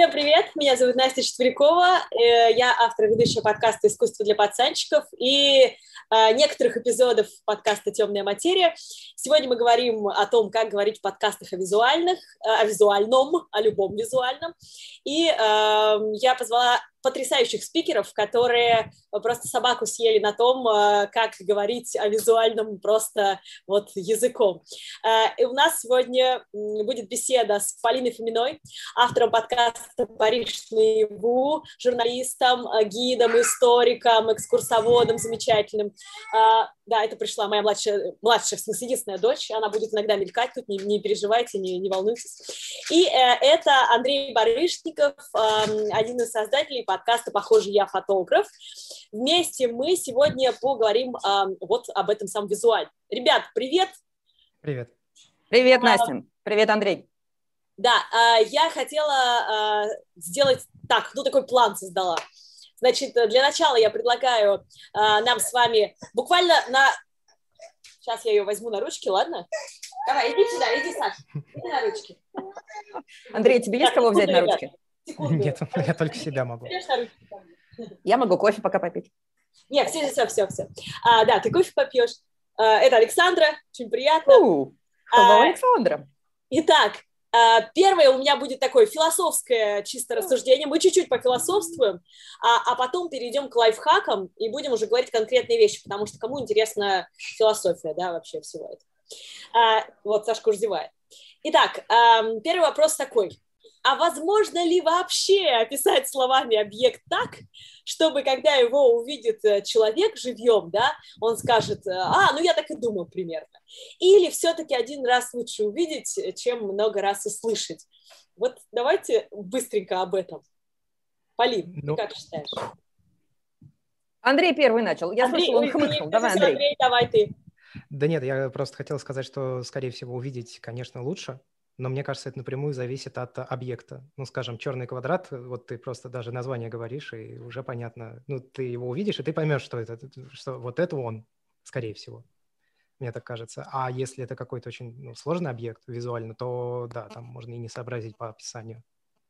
Всем привет, меня зовут Настя Четверякова, я автор и ведущая подкаста «Искусство для пацанчиков» и некоторых эпизодов подкаста «Темная материя». Сегодня мы говорим о том, как говорить в подкастах о визуальном, о любом визуальном. И я позвала потрясающих спикеров, которые просто собаку съели на том, как говорить о визуальном просто вот языком. И у нас сегодня будет беседа с Полиной Фоминой, автором подкаста «Париж наяву», журналистом, гидом, историком, экскурсоводом замечательным. Да, это пришла моя младшая, в смысле, единственная дочь, она будет иногда мелькать тут, не переживайте, не волнуйтесь. И это Андрей Барышников, один из создателей подкаста «Похоже, я фотограф». Вместе мы сегодня поговорим вот об этом самом визуале. Ребят, привет! Привет. Привет, Настя. Привет, Андрей. Да, я хотела сделать так, такой план создала. Значит, для начала я предлагаю нам с вами буквально на... Сейчас я ее возьму на ручки, ладно? Давай, иди сюда, иди, Саша, иди на ручки. Андрей, тебе есть кого взять на ручки? Секунду. Нет, я только себя могу. Я могу кофе пока попить. Нет, все. Да, ты кофе попьешь. Это Александра, очень приятно. Hello, Александра. Итак, первое у меня будет такое философское чисто рассуждение. Мы чуть-чуть пофилософствуем, а потом перейдем к лайфхакам и будем уже говорить конкретные вещи, потому что кому интересна философия, да, вообще всего этого. Вот Сашка уже зевает. Итак, первый вопрос такой. А возможно ли вообще описать словами объект так, чтобы, когда его увидит человек живьем, да, он скажет, ну я так и думал примерно. Или все-таки один раз лучше увидеть, чем много раз услышать. Вот давайте быстренько об этом. Полин, ты как считаешь? Андрей первый начал. Я слышала, он хмыкнул. Давай, Андрей, давай ты. Да нет, я просто хотел сказать, что, скорее всего, увидеть, конечно, лучше. Но мне кажется, это напрямую зависит от объекта. Ну, скажем, черный квадрат, вот ты просто даже название говоришь, и уже понятно. Ну, ты его увидишь, и ты поймешь, что вот это он, скорее всего. Мне так кажется. А если это какой-то очень сложный объект визуально, то да, там можно и не сообразить по описанию.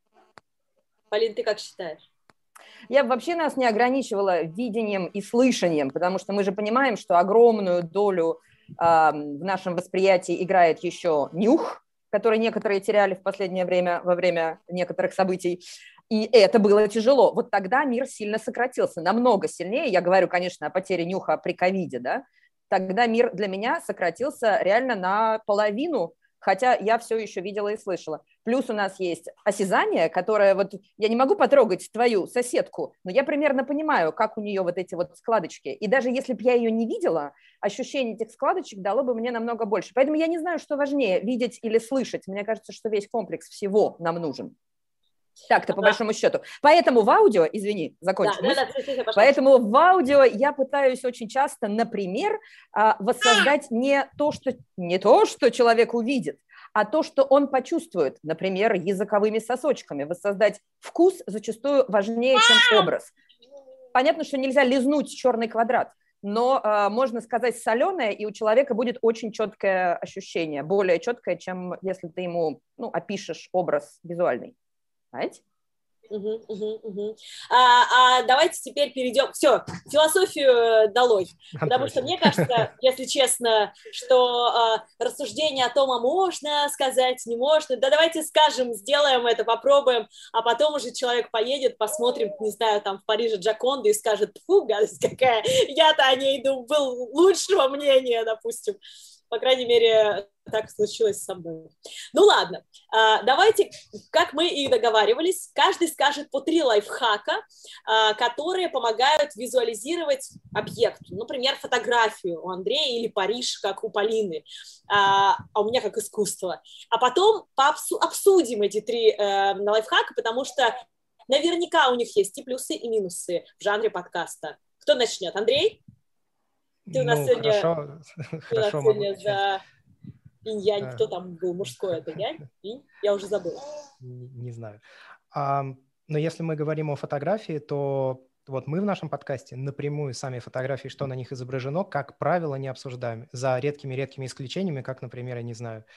Полин, ты как считаешь? Я бы вообще нас не ограничивала видением и слышанием, потому что мы же понимаем, что огромную долю в нашем восприятии играет еще нюх, который некоторые теряли в последнее время во время некоторых событий. И это было тяжело. Вот тогда мир сильно сократился, намного сильнее. Я говорю, конечно, о потере нюха при ковиде, да? Тогда мир для меня сократился реально наполовину, хотя я все еще видела и слышала. Плюс у нас есть осязание, которое вот... Я не могу потрогать твою соседку, но я примерно понимаю, как у нее вот эти вот складочки. И даже если бы я ее не видела, ощущение этих складочек дало бы мне намного больше. Поэтому я не знаю, что важнее, видеть или слышать. Мне кажется, что весь комплекс всего нам нужен. Так-то, по большому счету. Поэтому в аудио, извини, закончу. Поэтому в аудио я пытаюсь очень часто, например, воссоздать не то, что человек увидит, а то, что он почувствует, например, языковыми сосочками. Воссоздать вкус зачастую важнее, чем образ. Понятно, что нельзя лизнуть черный квадрат, но можно сказать соленое, и у человека будет очень четкое ощущение, более четкое, чем если ты ему опишешь образ визуальный. Знаете? Давайте теперь перейдем. Все, философию долой. Потому что мне кажется, если честно, что рассуждение о том, а можно сказать, не можно, да давайте скажем, сделаем это, попробуем, а потом уже человек поедет, посмотрим, не знаю, там в Париже Джоконду и скажет, фу, гадость какая, я-то о ней был лучшего мнения, допустим. По крайней мере, так случилось со мной. Ну ладно, давайте, как мы и договаривались, каждый скажет по 3 лайфхака, которые помогают визуализировать объект. Например, фотографию у Андрея или Париж, как у Полины, а у меня как искусство. А потом обсудим эти 3 лайфхака, потому что наверняка у них есть и плюсы, и минусы в жанре подкаста. Кто начнет? Андрей? Ты у нас сегодня, хорошо, за инь-янь, кто там был, мужской это янь? Я уже забыла. Не знаю. Но если мы говорим о фотографии, то вот мы в нашем подкасте напрямую сами фотографии, что на них изображено, как правило, не обсуждаем. За редкими-редкими исключениями, как, например, я не знаю,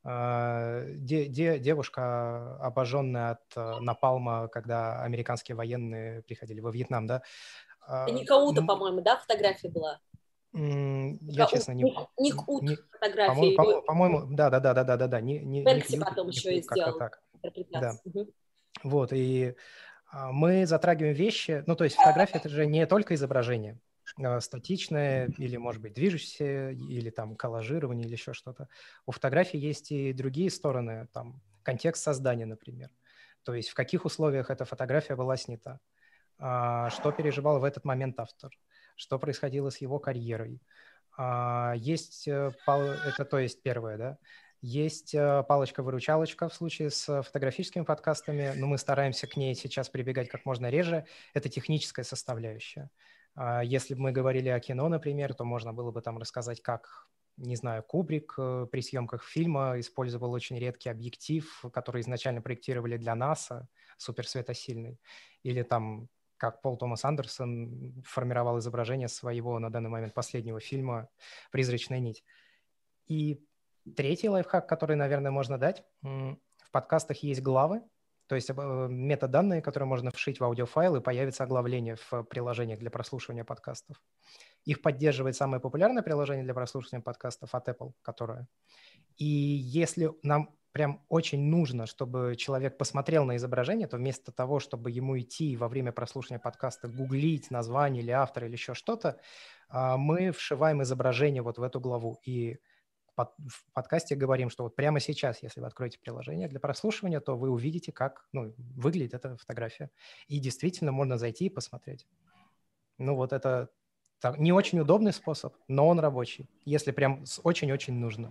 Девушка, обожженная от напалма, когда американские военные приходили во Вьетнам, да? Никаута, по-моему, да, фотография была? Я, честно, Ник Ут фотография. по-моему, да. Бэнкси потом еще и как-то сделал так. интерпретацию. Да. Вот, и мы затрагиваем вещи, ну, то есть фотография – это же не только изображение, статичное или, может быть, движущееся, или там коллажирование, или еще что-то. У фотографии есть и другие стороны, там, контекст создания, например. То есть в каких условиях эта фотография была снята, что переживал в этот момент автор, что происходило с его карьерой. Есть, это то есть первое, да. Есть палочка-выручалочка в случае с фотографическими подкастами, но мы стараемся к ней сейчас прибегать как можно реже. Это техническая составляющая. Если бы мы говорили о кино, например, то можно было бы там рассказать, как, не знаю, Кубрик при съемках фильма использовал очень редкий объектив, который изначально проектировали для НАСА, суперсветосильный. Или там как Пол Томас Андерсон формировал изображение своего на данный момент последнего фильма «Призрачная нить». И третий лайфхак, который, наверное, можно дать, в подкастах есть главы, то есть метаданные, которые можно вшить в аудиофайл, и появится оглавление в приложениях для прослушивания подкастов. Их поддерживает самое популярное приложение для прослушивания подкастов от Apple, которое. И если нам прям очень нужно, чтобы человек посмотрел на изображение, то вместо того, чтобы ему идти во время прослушивания подкаста гуглить название или автора или еще что-то, мы вшиваем изображение вот в эту главу. И в подкасте говорим, что вот прямо сейчас, если вы откроете приложение для прослушивания, то вы увидите, как выглядит эта фотография. И действительно можно зайти и посмотреть. Ну вот это не очень удобный способ, но он рабочий, если прям очень-очень нужно.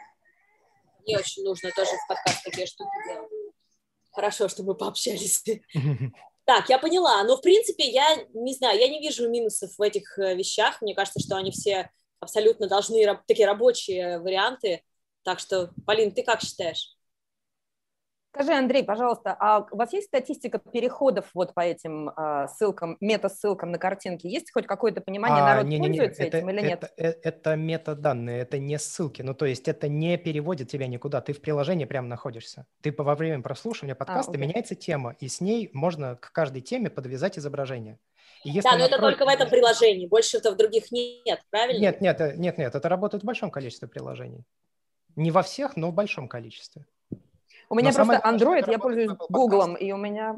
Мне очень нужно тоже в подкаст такие штуки делать. Хорошо, что мы пообщались. Так, я поняла. Но, в принципе, я не знаю, я не вижу минусов в этих вещах. Мне кажется, что они все абсолютно должны, такие рабочие варианты. Так что, Полин, ты как считаешь? Скажи, Андрей, пожалуйста, а у вас есть статистика переходов вот по этим ссылкам, мета-ссылкам на картинки? Есть хоть какое-то понимание, народ пользуется этим или нет? Это метаданные, это не ссылки. Ну, то есть это не переводит тебя никуда. Ты в приложении прямо находишься. Ты во время прослушивания подкаста меняется тема, и с ней можно к каждой теме подвязать изображение. Да, но это только в этом приложении. Больше-то в других нет, правильно? Нет. Это работает в большом количестве приложений. Не во всех, но в большом количестве. У меня просто Android, я пользуюсь Google, и у меня,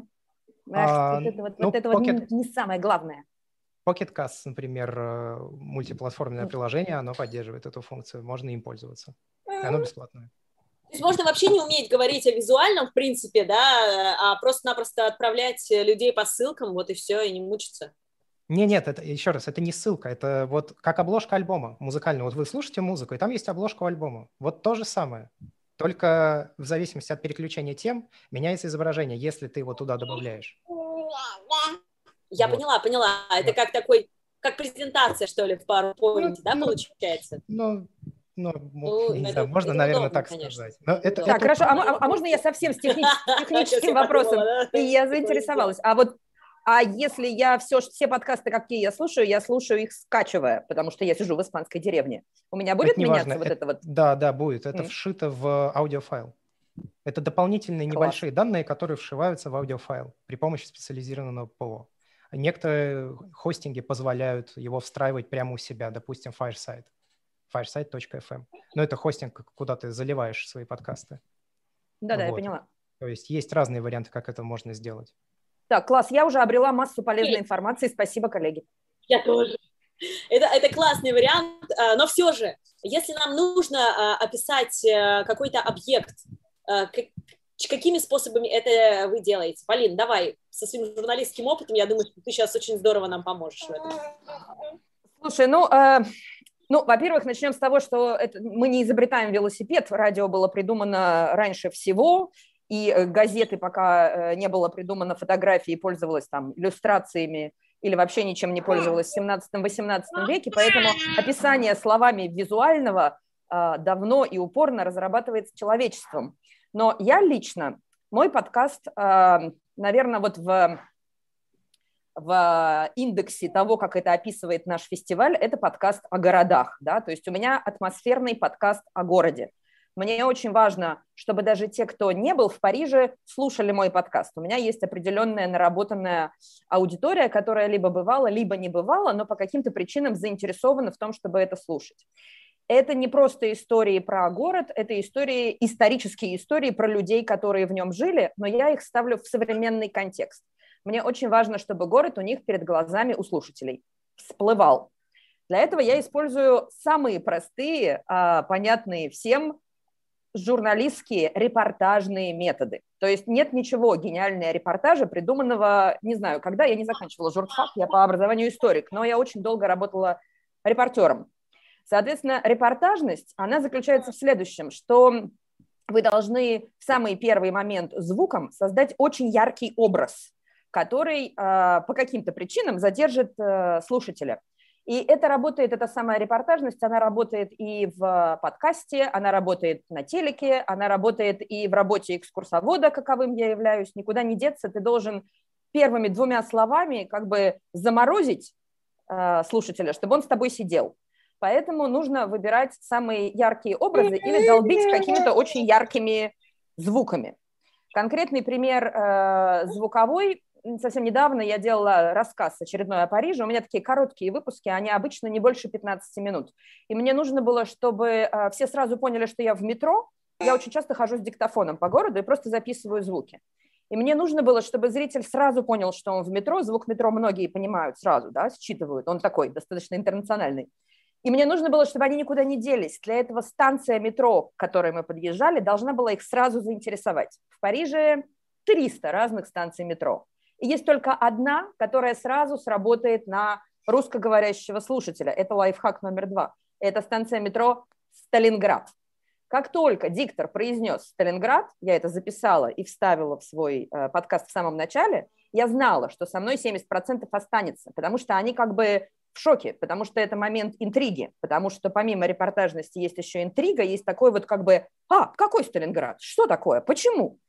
знаешь, не самое главное. Pocket Casts, например, мультиплатформенное приложение, оно поддерживает эту функцию, можно им пользоваться. И оно бесплатное. То есть можно вообще не уметь говорить о визуальном, в принципе, да, а просто-напросто отправлять людей по ссылкам, вот и все, и не мучиться. Нет, это, еще раз, это не ссылка, это вот как обложка альбома музыкального. Вот вы слушаете музыку, и там есть обложка альбома. Вот то же самое. Только в зависимости от переключения тем меняется изображение, если ты его туда добавляешь. Я поняла. Это как презентация, что ли, в PowerPoint, да, получается? Не знаю, можно, наверное, так сказать. Так, хорошо, а можно я совсем с техническим вопросом? И я заинтересовалась. А если я все подкасты, какие я слушаю их скачивая, потому что я сижу в испанской деревне. У меня будет меняться вот это вот? Да, будет. Это вшито в аудиофайл. Это дополнительные небольшие данные, которые вшиваются в аудиофайл при помощи специализированного ПО. Некоторые хостинги позволяют его встраивать прямо у себя, допустим, fireside.fm. Но это хостинг, куда ты заливаешь свои подкасты. Да, я поняла. То есть разные варианты, как это можно сделать. Так, класс, я уже обрела массу полезной информации. Спасибо, коллеги. Я тоже. Это классный вариант, но все же, если нам нужно описать какой-то объект, какими способами это вы делаете? Полин, давай, со своим журналистским опытом, я думаю, что ты сейчас очень здорово нам поможешь в этом. Слушай, во-первых, начнем с того, что мы не изобретаем велосипед, радио было придумано раньше всего, и газеты, пока не было придумано фотографии, пользовалась там иллюстрациями или вообще ничем не пользовалась в 17-18 веке, поэтому описание словами визуального давно и упорно разрабатывается человечеством. Но я лично, мой подкаст, наверное, вот в индексе того, как это описывает наш фестиваль, это подкаст о городах, да, то есть у меня атмосферный подкаст о городе. Мне очень важно, чтобы даже те, кто не был в Париже, слушали мой подкаст. У меня есть определенная наработанная аудитория, которая либо бывала, либо не бывала, но по каким-то причинам заинтересована в том, чтобы это слушать. Это не просто истории про город, это истории, исторические истории про людей, которые в нем жили, но я их ставлю в современный контекст. Мне очень важно, чтобы город у них перед глазами у слушателей всплывал. Для этого я использую самые простые, понятные всем журналистские репортажные методы. То есть нет ничего гениальнее репортажа, придуманного, не знаю, когда, я не заканчивала журфак, я по образованию историк, но я очень долго работала репортером. Соответственно, репортажность, она заключается в следующем, что вы должны в самый первый момент звуком создать очень яркий образ, который по каким-то причинам задержит слушателя. И это работает, эта самая репортажность, она работает и в подкасте, она работает на телеке, она работает и в работе экскурсовода, каковым я являюсь. Никуда не деться, ты должен первыми двумя словами как бы заморозить слушателя, чтобы он с тобой сидел. Поэтому нужно выбирать самые яркие образы или долбить какими-то очень яркими звуками. Конкретный пример звуковой. Совсем недавно я делала рассказ очередной о Париже. У меня такие короткие выпуски, они обычно не больше 15 минут. И мне нужно было, чтобы все сразу поняли, что я в метро. Я очень часто хожу с диктофоном по городу и просто записываю звуки. И мне нужно было, чтобы зритель сразу понял, что он в метро. Звук метро многие понимают сразу, да, считывают. Он такой, достаточно интернациональный. И мне нужно было, чтобы они никуда не делись. Для этого станция метро, к которой мы подъезжали, должна была их сразу заинтересовать. В Париже 300 разных станций метро. И есть только одна, которая сразу сработает на русскоговорящего слушателя. Это лайфхак номер 2. Это станция метро Сталинград. Как только диктор произнес Сталинград, я это записала и вставила в свой подкаст в самом начале, я знала, что со мной 70% останется, потому что они как бы в шоке, потому что это момент интриги, потому что помимо репортажности есть еще интрига, есть такой вот как бы какой Сталинград? Что такое? Почему?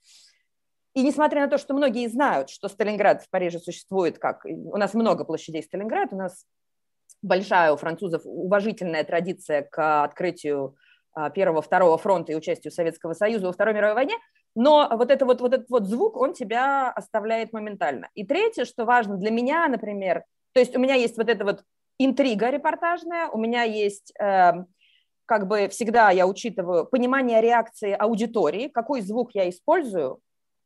И несмотря на то, что многие знают, что Сталинград в Париже существует как... У нас много площадей Сталинграда, у нас большая у французов уважительная традиция к открытию Первого, Второго фронта и участию Советского Союза во Второй мировой войне, но вот этот звук, он тебя оставляет моментально. И третье, что важно для меня, например, то есть у меня есть вот эта вот интрига репортажная, у меня есть... как бы всегда я учитываю понимание реакции аудитории, какой звук я использую,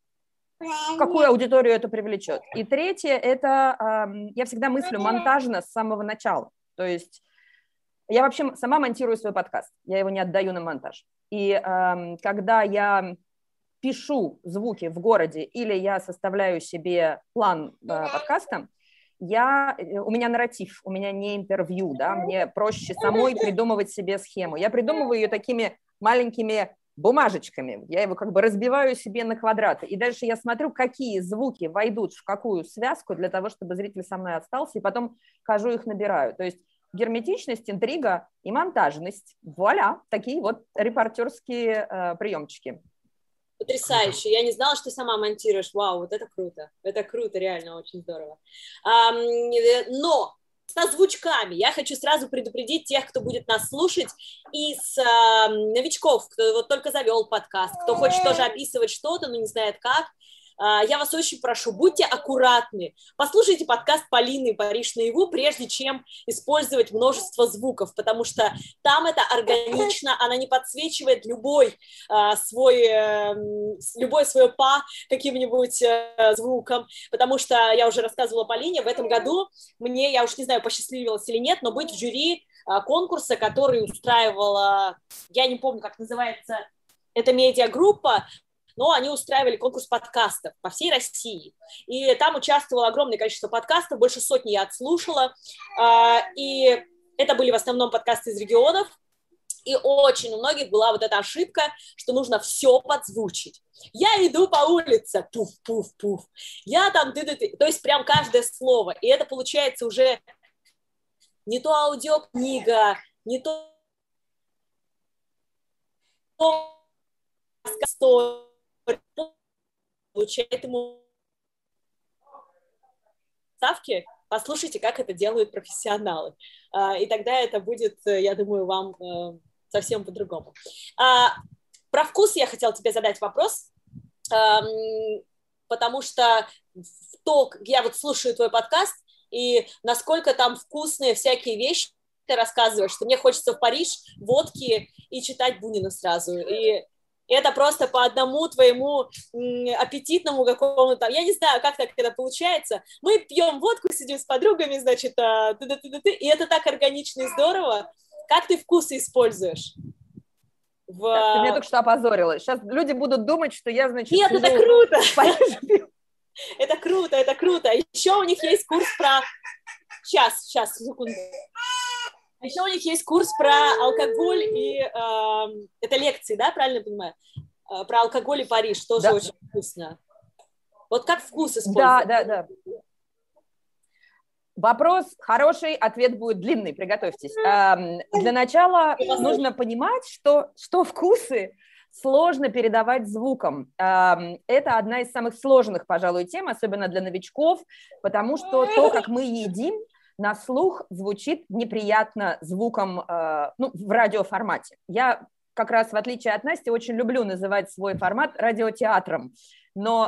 какую аудиторию это привлечет. И третье, это я всегда мыслю монтажно с самого начала. То есть я вообще сама монтирую свой подкаст, я его не отдаю на монтаж. И когда я пишу звуки в городе или я составляю себе план подкаста, у меня нарратив, у меня не интервью, да, мне проще самой придумывать себе схему. Я придумываю ее такими маленькими бумажечками, я его как бы разбиваю себе на квадраты, и дальше я смотрю, какие звуки войдут в какую связку для того, чтобы зритель со мной остался, и потом хожу их набираю. То есть герметичность, интрига и монтажность. Вуаля, такие вот репортерские приемчики. Потрясающе. Я не знала, что ты сама монтируешь. Вау, вот это круто. Это круто, реально, очень здорово. Но с озвучками я хочу сразу предупредить тех, кто будет нас слушать, из новичков, кто вот только завел подкаст, кто хочет тоже описывать что-то, но не знает как. Я вас очень прошу, будьте аккуратны, послушайте подкаст Полины «Париж наяву», прежде чем использовать множество звуков, потому что там это органично, она не подсвечивает любой свое па каким-нибудь звуком, потому что я уже рассказывала Полине, в этом году мне, я уж не знаю, посчастливилось или нет, но быть в жюри конкурса, который устраивала, я не помню, как называется эта медиагруппа, но они устраивали конкурс подкастов по всей России. И там участвовало огромное количество подкастов, больше сотни я отслушала. И это были в основном подкасты из регионов. И очень у многих была вот эта ошибка, что нужно все подзвучить. Я иду по улице, пуф-пуф-пуф. Я там ты-ты-ты. То есть прям каждое слово. И это получается уже не то аудиокнига, не то получает ему ставки, послушайте, как это делают профессионалы. И тогда это будет, я думаю, вам совсем по-другому. Про вкус я хотела тебе задать вопрос, потому что я вот слушаю твой подкаст, и насколько там вкусные всякие вещи ты рассказываешь, что мне хочется в Париж водки и читать Бунина сразу, и это просто по одному твоему аппетитному какому-то, я не знаю, как так это получается, мы пьем водку, сидим с подругами, значит, и это так органично и здорово. Как ты вкусы используешь? Так, ты меня только что опозорила. Сейчас люди будут думать, что я, значит, Нет, сижу это круто! в Париже. Это круто, это круто. Еще у них есть курс про... Сейчас, секунду. Еще у них есть курс про алкоголь и... это лекции, да, правильно я понимаю? Про алкоголь и Париж, тоже Да. очень вкусно. Вот как вкус использовать? Да. Вопрос хороший, ответ будет длинный, приготовьтесь. Для начала нужно понимать, что вкусы сложно передавать звуком. Это одна из самых сложных, пожалуй, тем, особенно для новичков, потому что то, как мы едим, на слух звучит неприятно звуком в радиоформате. Я как раз, в отличие от Насти, очень люблю называть свой формат радиотеатром. Но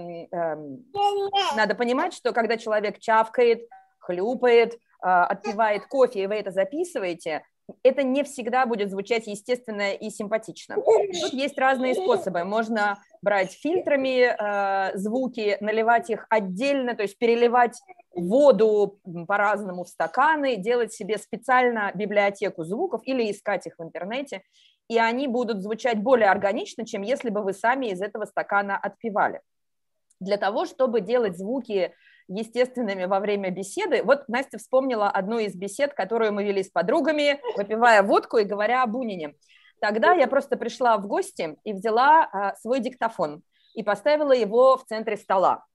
надо понимать, что когда человек чавкает, хлюпает, отпивает кофе, и вы это записываете, это не всегда будет звучать естественно и симпатично. Тут есть разные способы. Можно брать фильтрами звуки, наливать их отдельно, то есть переливать воду по-разному в стаканы, делать себе специально библиотеку звуков или искать их в интернете, и они будут звучать более органично, чем если бы вы сами из этого стакана отпивали. Для того, чтобы делать звуки естественными во время беседы. Вот Настя вспомнила одну из бесед, которую мы вели с подругами, выпивая водку и говоря о Бунине. Тогда я просто пришла в гости и взяла свой диктофон и поставила его в центре стола,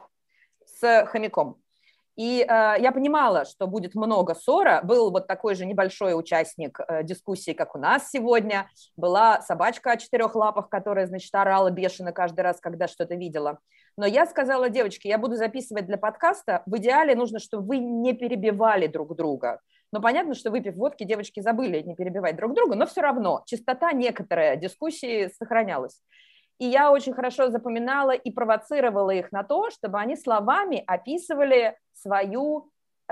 с хомяком. И я понимала, что будет много ссора. Был вот такой же небольшой участник дискуссии, как у нас сегодня. Была собачка о 4 лапах, которая, значит, орала бешено каждый раз, когда что-то видела. Но я сказала: девочки, я буду записывать для подкаста. В идеале нужно, чтобы вы не перебивали друг друга. Но понятно, что, выпив водки, девочки забыли не перебивать друг друга, но все равно частота некоторая дискуссии сохранялась. И я очень хорошо запоминала и провоцировала их на то, чтобы они словами описывали свою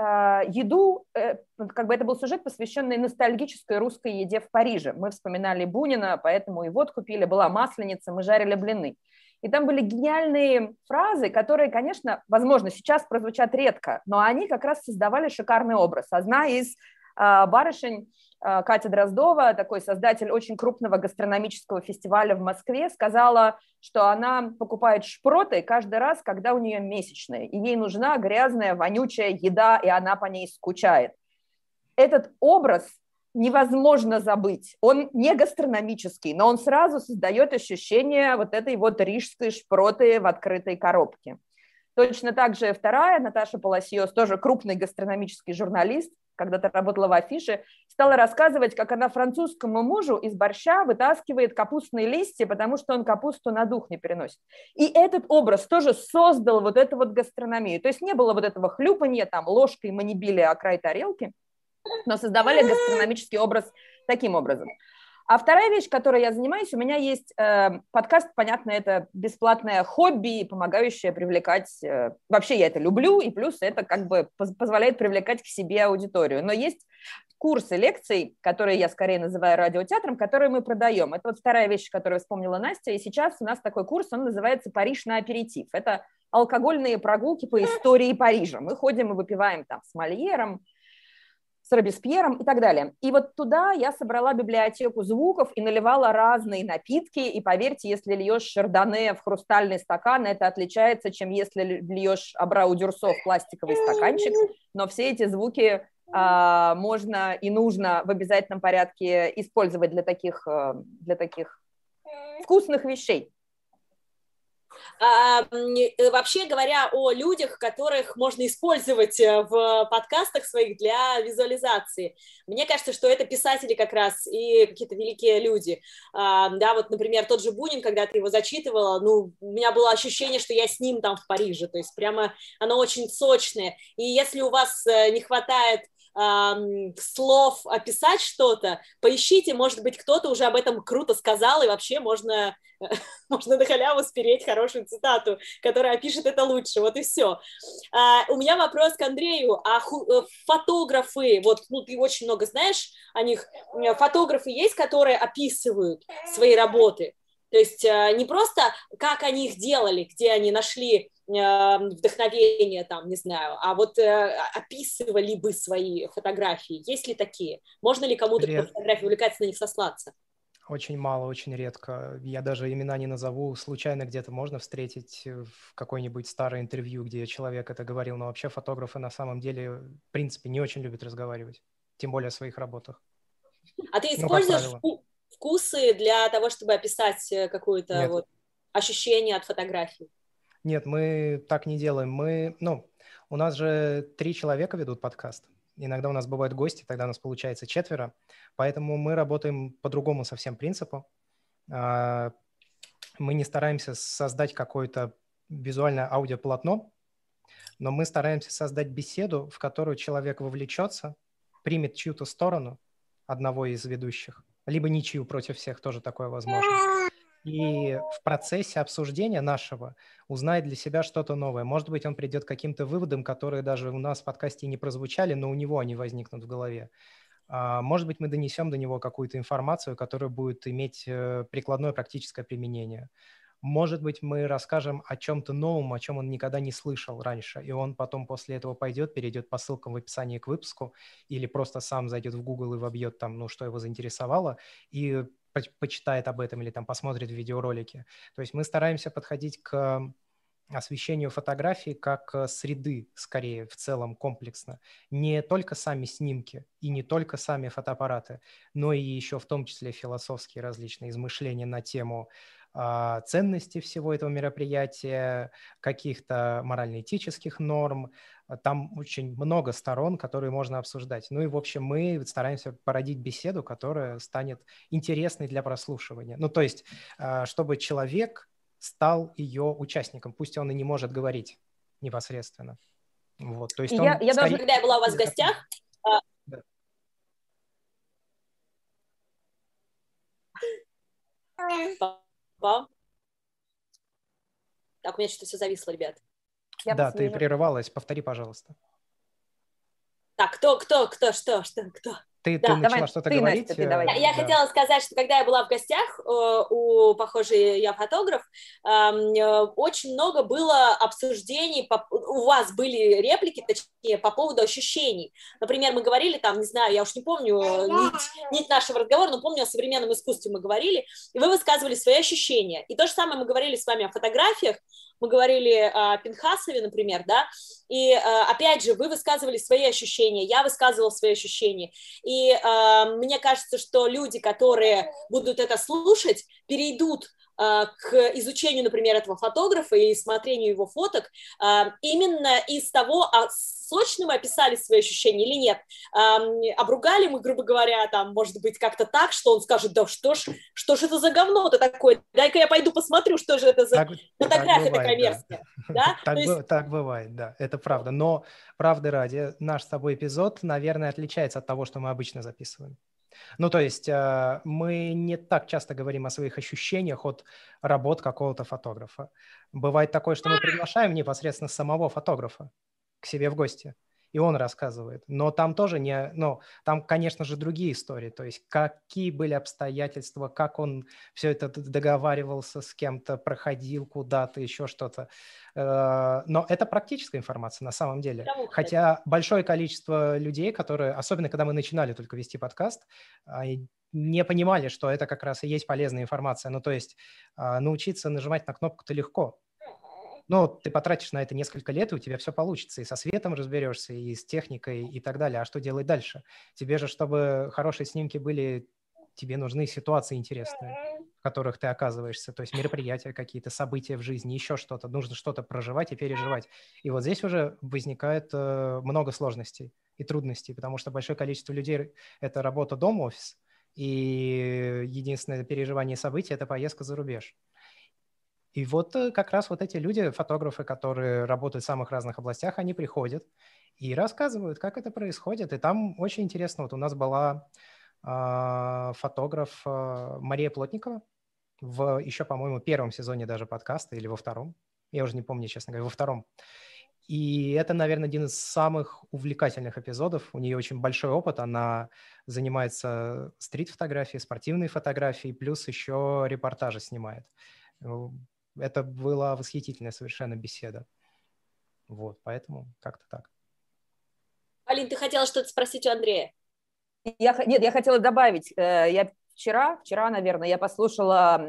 еду. Как бы это был сюжет, посвященный ностальгической русской еде в Париже. Мы вспоминали Бунина, поэтому и водку пили, была масленица, мы жарили блины. И там были гениальные фразы, которые, конечно, возможно, сейчас прозвучат редко, но они как раз создавали шикарный образ. Одна из барышень, Катя Дроздова, такой создатель очень крупного гастрономического фестиваля в Москве, сказала, что она покупает шпроты каждый раз, когда у нее месячные, и ей нужна грязная, вонючая еда, и она по ней скучает. Этот образ невозможно забыть. Он не гастрономический, но он сразу создает ощущение вот этой вот рижской шпроты в открытой коробке. Точно так же вторая, Наташа Полосьос, тоже крупный гастрономический журналист, когда-то работала в Афише, стала рассказывать, как она французскому мужу из борща вытаскивает капустные листья, потому что он капусту на дух не переносит. И этот образ тоже создал вот эту вот гастрономию. То есть не было вот этого хлюпанья, там, ложкой мы не били о край тарелки, но создавали гастрономический образ таким образом. А вторая вещь, которой я занимаюсь, у меня есть подкаст, понятно, это бесплатное хобби, помогающее привлекать... вообще я это люблю, и плюс это как бы позволяет привлекать к себе аудиторию. Но есть курсы лекций, которые я скорее называю радиотеатром, которые мы продаем. Это вот вторая вещь, которую вспомнила Настя, и сейчас у нас такой курс, он называется «Париж на аперитив». Это алкогольные прогулки по истории Парижа. Мы ходим и выпиваем там с Мольером, с Робеспьером и так далее. И вот туда я собрала библиотеку звуков и наливала разные напитки, и поверьте, если льешь шардоне в хрустальный стакан, это отличается, чем если льешь абрау-дюрсо в пластиковый стаканчик, но все эти звуки можно и нужно в обязательном порядке использовать для таких вкусных вещей. Вообще говоря о людях, которых можно использовать в подкастах своих для визуализации, мне кажется, что это писатели как раз и какие-то великие люди. Да, вот, например, тот же Бунин, когда ты его зачитывала, ну, у меня было ощущение, что я с ним там в Париже, то есть прямо оно очень сочное. И если у вас не хватает слов описать что-то, поищите, может быть, кто-то уже об этом круто сказал, и вообще можно на халяву спереть хорошую цитату, которая опишет это лучше, вот и все. У меня вопрос к Андрею, фотографы, вот, ну, ты очень много знаешь о них, фотографы есть, которые описывают свои работы? То есть не просто как они их делали, где они нашли вдохновение, там, не знаю, а вот описывали бы свои фотографии. Есть ли такие? Можно ли кому-то, кто фотографии увлекается, на них сослаться? Очень мало, очень редко. Я даже имена не назову. Случайно где-то можно встретить в какое-нибудь старое интервью, где человек это говорил, но вообще фотографы на самом деле, в принципе, не очень любят разговаривать, тем более о своих работах. А ты используешь вкусы для того, чтобы описать какое-то вот ощущение от фотографии? Нет, мы так не делаем. У нас же 3 человека ведут подкаст. Иногда у нас бывают гости, тогда у нас получается 4. Поэтому мы работаем по другому совсем принципу. Мы не стараемся создать какое-то визуальное аудиополотно, но мы стараемся создать беседу, в которую человек вовлечется, примет чью-то сторону, одного из ведущих, либо ничью против всех, тоже такое возможно. И в процессе обсуждения нашего узнает для себя что-то новое. Может быть, он придет к каким-то выводам, которые даже у нас в подкасте не прозвучали, но у него они возникнут в голове. Может быть, мы донесем до него какую-то информацию, которая будет иметь прикладное практическое применение. Может быть, мы расскажем о чем-то новом, о чем он никогда не слышал раньше, и он потом после этого перейдет по ссылкам в описании к выпуску или просто сам зайдет в Google и вобьет там, что его заинтересовало, и почитает об этом или там посмотрит видеоролики. То есть мы стараемся подходить к освещению фотографии как среды, скорее, в целом комплексно. Не только сами снимки и не только сами фотоаппараты, но и еще в том числе философские различные измышления на тему ценности всего этого мероприятия, каких-то морально-этических норм. Там очень много сторон, которые можно обсуждать. Ну и, в общем, мы стараемся породить беседу, которая станет интересной для прослушивания. Ну, то есть, чтобы человек стал ее участником, пусть он и не может говорить непосредственно. Вот, то есть когда я была у вас в гостях, да. Так, у меня что-то все зависло, ребят. Да, ты прерывалась, повтори, пожалуйста. Так, кто? Ты начала что-то говорить? Настя, давай. Я хотела сказать, что когда я была в гостях у, похоже, я фотограф, очень много было обсуждений, у вас были реплики, точнее, по поводу ощущений. Например, мы говорили там, не знаю, я уж не помню нить нашего разговора, но помню, о современном искусстве мы говорили, и вы высказывали свои ощущения. И то же самое мы говорили с вами о фотографиях, мы говорили о Пинхасове, например, да, и опять же, вы высказывали свои ощущения, я высказывала свои ощущения, и мне кажется, что люди, которые будут это слушать, перейдут к изучению, например, этого фотографа и смотрению его фоток именно из того, сочно мы описали свои ощущения или нет, обругали мы, грубо говоря, там, может быть, как-то так, что он скажет, да что ж это за говно-то такое, дай-ка я пойду посмотрю, что же это за фотография такая мерзкая. Да? Так бывает, да, это правда. Но, правды ради, наш с тобой эпизод, наверное, отличается от того, что мы обычно записываем. Ну, то есть мы не так часто говорим о своих ощущениях от работ какого-то фотографа. Бывает такое, что мы приглашаем непосредственно самого фотографа к себе в гости, и он рассказывает. Но там тоже там, конечно же, другие истории. То есть какие были обстоятельства, как он все это договаривался с кем-то, проходил куда-то, еще что-то. Но это практическая информация на самом деле. Хотя большое количество людей, которые, особенно когда мы начинали только вести подкаст, не понимали, что это как раз и есть полезная информация. Ну, то есть научиться нажимать на кнопку-то легко. Ну, ты потратишь на это несколько лет, и у тебя все получится. И со светом разберешься, и с техникой, и так далее. А что делать дальше? Тебе же, чтобы хорошие снимки были, тебе нужны ситуации интересные, в которых ты оказываешься. То есть мероприятия какие-то, события в жизни, еще что-то. Нужно что-то проживать и переживать. И вот здесь уже возникает много сложностей и трудностей, потому что большое количество людей – это работа дом-офис, и единственное переживание событий – это поездка за рубеж. И вот как раз вот эти люди, фотографы, которые работают в самых разных областях, они приходят и рассказывают, как это происходит. И там очень интересно. Вот у нас была фотограф Мария Плотникова в еще, по-моему, первом сезоне даже подкаста или во втором. Я уже не помню, честно говоря, во втором. И это, наверное, один из самых увлекательных эпизодов. У нее очень большой опыт. Она занимается стрит-фотографией, спортивной фотографией, плюс еще репортажи снимает. Это была восхитительная совершенно беседа. Вот, поэтому как-то так. Полин, ты хотела что-то спросить у Андрея? Нет, я хотела добавить. Я вчера, наверное, я послушала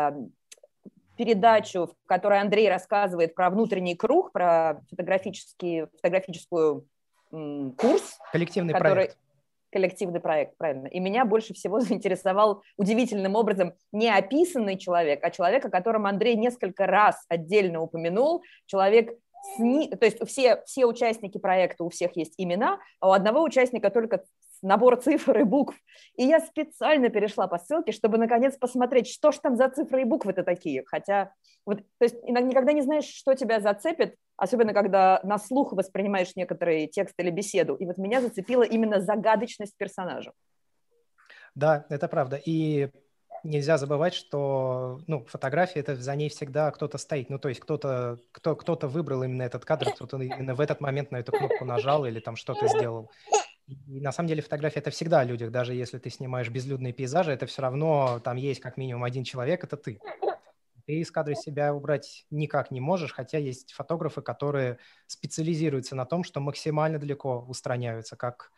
передачу, в которой Андрей рассказывает про внутренний круг, про фотографическую курс. Коллективный проект. Коллективный проект, правильно. И меня больше всего заинтересовал удивительным образом не описанный человек, а человек, о котором Андрей несколько раз отдельно упомянул, человек, то есть все участники проекта, у всех есть имена, а у одного участника только набор цифр и букв. И я специально перешла по ссылке, чтобы наконец посмотреть, что ж там за цифры и буквы-то такие. Хотя, вот, то есть никогда не знаешь, что тебя зацепит, особенно когда на слух воспринимаешь некоторые тексты или беседу. И вот меня зацепила именно загадочность персонажа. Да, это правда. И нельзя забывать, что фотография, это за ней всегда кто-то стоит. Ну, то есть кто-то выбрал именно этот кадр, кто-то именно в этот момент на эту кнопку нажал или там что-то сделал. И на самом деле фотография – это всегда о людях. Даже если ты снимаешь безлюдные пейзажи, это все равно там есть как минимум один человек – это ты. Ты из кадра себя убрать никак не можешь, хотя есть фотографы, которые специализируются на том, что максимально далеко устраняются, как,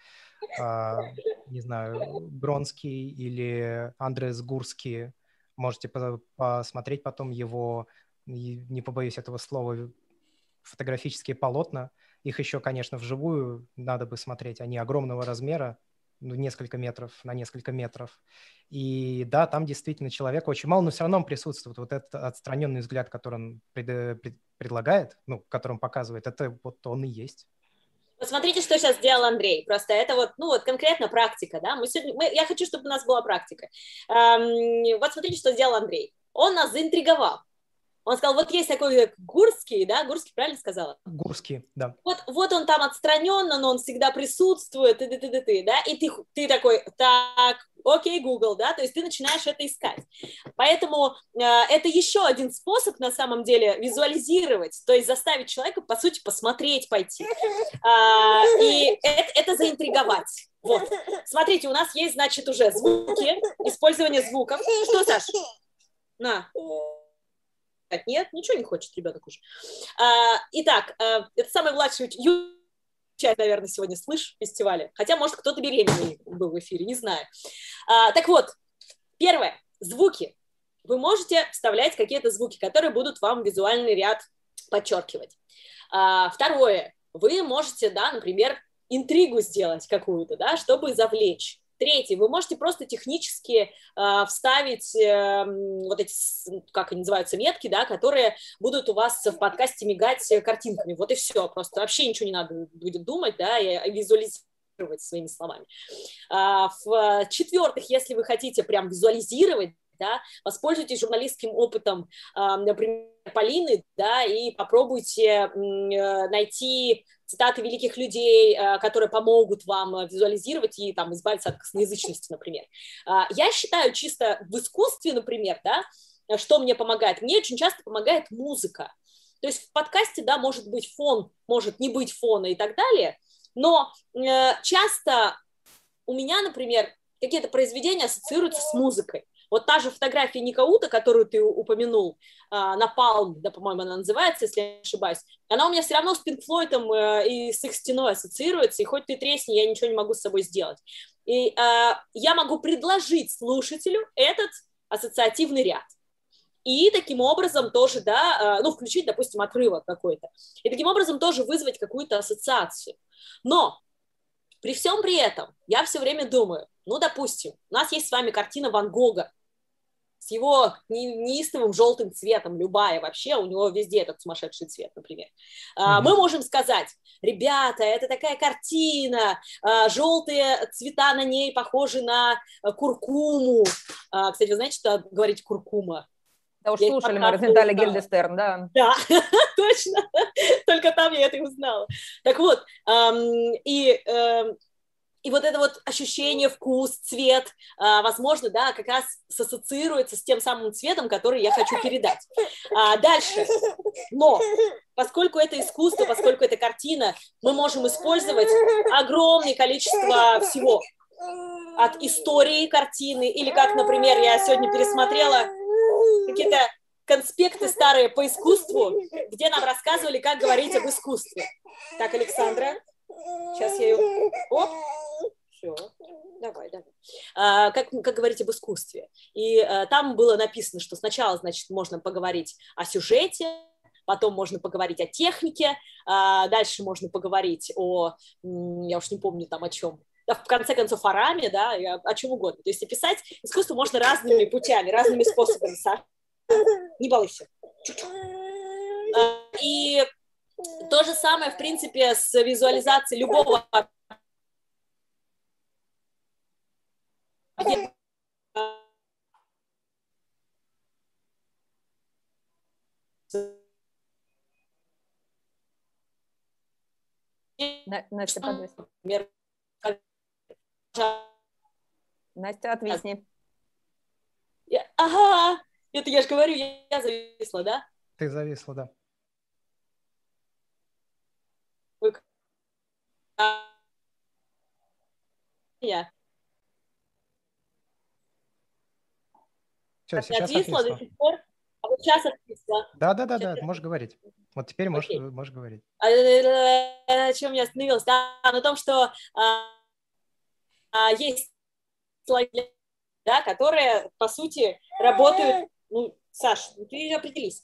не знаю, Бронский или Андрес Гурский. Можете посмотреть потом его, не побоюсь этого слова, фотографические полотна. Их еще, конечно, вживую надо бы смотреть. Они огромного размера, несколько метров на несколько метров. И да, там действительно человека очень мало, но все равно он присутствует. Вот этот отстраненный взгляд, который он предлагает, который он показывает, это вот он и есть. Посмотрите, что сейчас сделал Андрей. Просто это вот конкретно практика, да. Я хочу, чтобы у нас была практика. Вот смотрите, что сделал Андрей. Он нас заинтриговал. Он сказал, вот есть такой Гурский, да, Гурский, правильно сказала? Гурский, да. Вот он там отстраненно, но он всегда присутствует, да, и ты такой, так, окей, Google, да, то есть ты начинаешь это искать. Поэтому это еще один способ, на самом деле, визуализировать, то есть заставить человека, по сути, посмотреть, пойти. И это заинтриговать. Вот. Смотрите, у нас есть, значит, уже звуки, использование звуков. Что, Саш? На. Нет, ничего не хочет ребенок уже. Итак, это самый младший часть, наверное, сегодня «Слышь» фестиваля. Хотя, может, кто-то беременный был в эфире, не знаю. Так вот, первое. Звуки. Вы можете вставлять какие-то звуки, которые будут вам визуальный ряд подчеркивать. Второе. Вы можете, да, например, интригу сделать какую-то, да, чтобы завлечь. Третье, вы можете просто технически вставить вот эти, как они называются, метки, да, которые будут у вас в подкасте мигать картинками. Вот и все, просто вообще ничего не надо будет думать, да, и визуализировать своими словами. В-четвертых, если вы хотите прям визуализировать, да, воспользуйтесь журналистским опытом, например, Полины, да, и попробуйте найти цитаты великих людей, которые помогут вам визуализировать и там избавиться от косноязычности, например. Я считаю, чисто в искусстве, например, да, что мне помогает? Мне очень часто помогает музыка. То есть в подкасте, да, может быть фон, может не быть фона и так далее, но часто у меня, например, какие-то произведения ассоциируются с музыкой. Вот та же фотография Ника Ута, которую ты упомянул, Napalm, да, по-моему, она называется, если я не ошибаюсь, она у меня все равно с Pink Floyd и с их стеной ассоциируется, и хоть ты тресни, я ничего не могу с собой сделать. И я могу предложить слушателю этот ассоциативный ряд. И таким образом тоже, да, включить, допустим, отрывок какой-то. И таким образом тоже вызвать какую-то ассоциацию. Но при всем при этом я все время думаю, допустим, у нас есть с вами картина Ван Гога, с его неистовым желтым цветом, любая вообще, у него везде этот сумасшедший цвет, например. Мы можем сказать, ребята, это такая картина, желтые цвета на ней похожи на куркуму. Кстати, вы знаете, что говорить куркума? Да уж слушали мы Розенталь и Гильденстерн, да. Да, точно. Только там я это и узнала. Так вот, и вот это вот ощущение, вкус, цвет, возможно, да, как раз ассоциируется с тем самым цветом, который я хочу передать. Дальше. Но поскольку это искусство, поскольку это картина, мы можем использовать огромное количество всего. От истории картины, или как, например, я сегодня пересмотрела какие-то конспекты старые по искусству, где нам рассказывали, как говорить об искусстве. Так, Александра, сейчас я ее... Оп. Все, давай. Как говорить об искусстве. И там было написано, что сначала, значит, можно поговорить о сюжете, потом можно поговорить о технике, дальше можно поговорить я уж не помню там о чем, да, в конце концов о раме, да, о чем угодно. То есть описать искусство можно разными путями, разными способами. Саша, не балуйся. И то же самое, в принципе, с визуализацией любого Настя, подвисни. Настя, отвисни. Ага, это я же говорю, я зависла, да? Ты зависла, да. Я. Все, сейчас отвисла отвисла. до сих пор, а вот сейчас отвисла. Да, можешь говорить. Вот теперь можешь говорить. О чем я остановилась? Да, на том, что есть слайды, да, которые, по сути, работают... Ну, Саш, ты определись.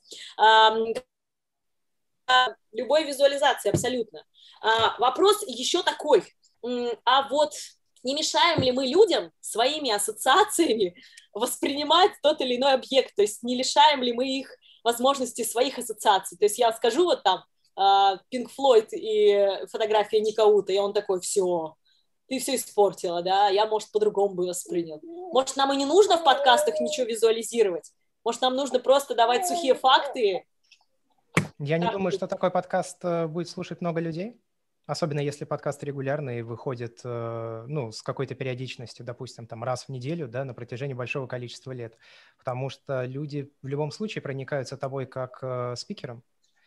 Любой визуализации, абсолютно. Вопрос еще такой. А вот не мешаем ли мы людям своими ассоциациями воспринимать тот или иной объект? То есть не лишаем ли мы их возможности своих ассоциаций? То есть я скажу вот там Pink Floyd и фотография Ника Ута, и он такой: все, ты все испортила, да, я, может, по-другому бы воспринял. Может, нам и не нужно в подкастах ничего визуализировать? Может, нам нужно просто давать сухие факты? Я не думаю, что такой подкаст будет слушать много людей, особенно если подкаст регулярный и выходит, с какой-то периодичностью, допустим, там раз в неделю, да, на протяжении большого количества лет, потому что люди в любом случае проникаются тобой как спикером.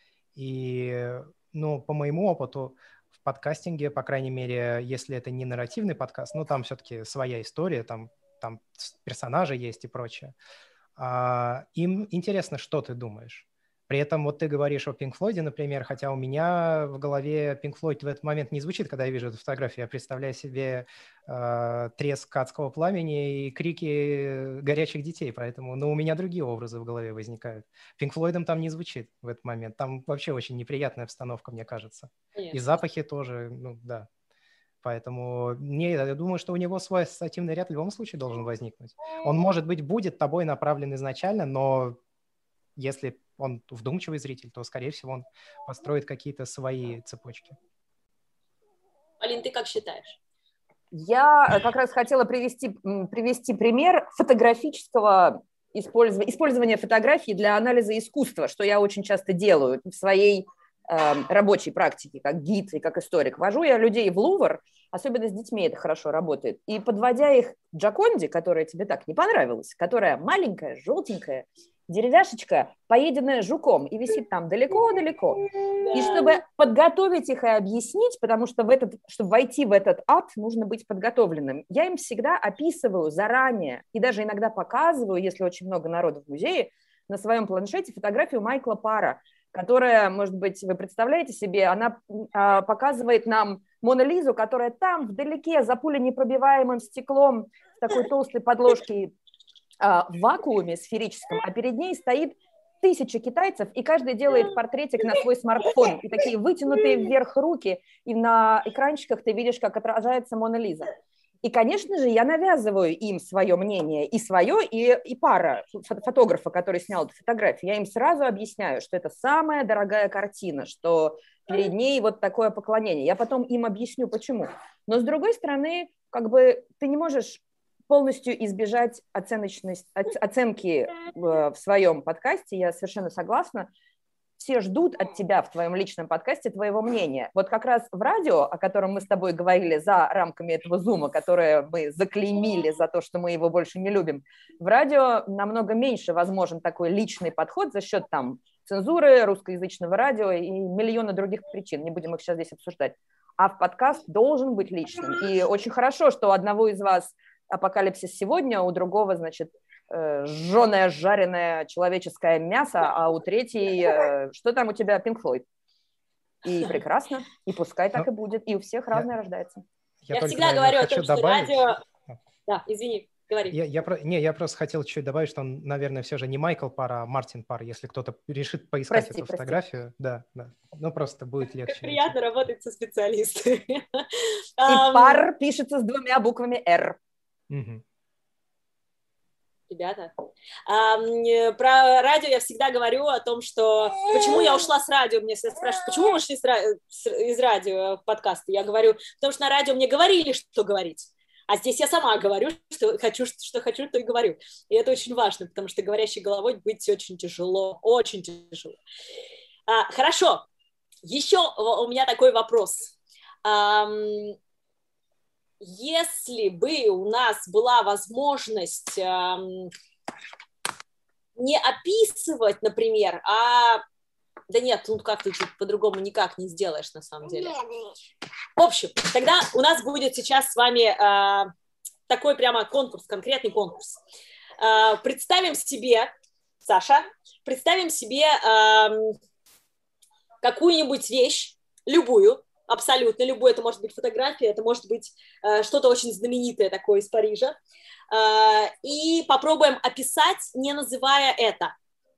И, по моему опыту, в подкастинге, по крайней мере, если это не нарративный подкаст, там все-таки своя история, там персонажи есть и прочее, им интересно, что ты думаешь. При этом вот ты говоришь о Pink Floyd, например, хотя у меня в голове Pink Floyd в этот момент не звучит, когда я вижу эту фотографию. Я представляю себе треск адского пламени и крики горячих детей, поэтому у меня другие образы в голове возникают. Pink Floyd там не звучит в этот момент. Там вообще очень неприятная обстановка, мне кажется. Конечно. И запахи тоже, да. Поэтому я думаю, что у него свой ассоциативный ряд в любом случае должен возникнуть. Он, может быть, будет тобой направлен изначально, но если он вдумчивый зритель, то, скорее всего, он построит какие-то свои цепочки. Полин, ты как считаешь? Я как раз хотела привести пример фотографического использования фотографий для анализа искусства, что я очень часто делаю в своей рабочей практике, как гид и как историк. Вожу я людей в Лувр, особенно с детьми это хорошо работает, и подводя их к Джоконде, которая тебе так не понравилась, которая маленькая, желтенькая, деревяшечка, поеденная жуком, и висит там далеко-далеко. И чтобы подготовить их и объяснить, потому что чтобы войти в этот ад, нужно быть подготовленным, я им всегда описываю заранее и даже иногда показываю, если очень много народу в музее, на своем планшете фотографию Майкла Парра, которая, может быть, вы представляете себе, она показывает нам Мону Лизу, которая там вдалеке за пуленепробиваемым стеклом в такой толстой подложке в вакууме сферическом, а перед ней стоит 1000 китайцев, и каждый делает портретик на свой смартфон, и такие вытянутые вверх руки, и на экранчиках ты видишь, как отражается Мона Лиза. И, конечно же, я навязываю им свое мнение, и свое, и Парра, фотографа, который снял эту фотографию. Я им сразу объясняю, что это самая дорогая картина, что перед ней вот такое поклонение. Я потом им объясню, почему. Но, с другой стороны, ты не можешь полностью избежать оценки в своем подкасте, я совершенно согласна. Все ждут от тебя в твоем личном подкасте твоего мнения. Вот как раз в радио, о котором мы с тобой говорили за рамками этого зума, которое мы заклеймили за то, что мы его больше не любим, в радио намного меньше возможен такой личный подход за счет там цензуры, русскоязычного радио и миллиона других причин. Не будем их сейчас здесь обсуждать. А в подкаст должен быть личным. И очень хорошо, что у одного из вас апокалипсис сегодня, у другого, значит, жженое, жареное человеческое мясо, а у третьей, что там у тебя, Pink Floyd. И прекрасно, и пускай так и будет, и у всех разное рождается. Я всегда говорю о том, что радио... Да, извини, говори. Я просто хотел чуть добавить, что он, наверное, все же не Майкл Парр, а Мартин Парр, если кто-то решит поискать эту фотографию. Да. Ну, просто будет легче. Как приятно работать со специалистами. И Парр пишется с 2 буквами «Р». Ребята, про радио я всегда говорю о том, что почему я ушла с радио, мне всегда спрашивают, почему вы ушли из радио в подкасты, я говорю, потому что на радио мне говорили, что говорить, а здесь я сама говорю, что хочу, то и говорю, и это очень важно, потому что говорящей головой быть очень тяжело, очень тяжело. Хорошо, еще у меня такой вопрос. Если бы у нас была возможность не описывать, например, Да нет, ну как ты по-другому никак не сделаешь на самом деле. В общем, тогда у нас будет сейчас с вами такой прямо конкурс, конкретный конкурс. Представим себе, Саша, представим себе какую-нибудь вещь, любую, абсолютно любую, это может быть фотография, это может быть что-то очень знаменитое такое из Парижа, и попробуем описать, не называя это.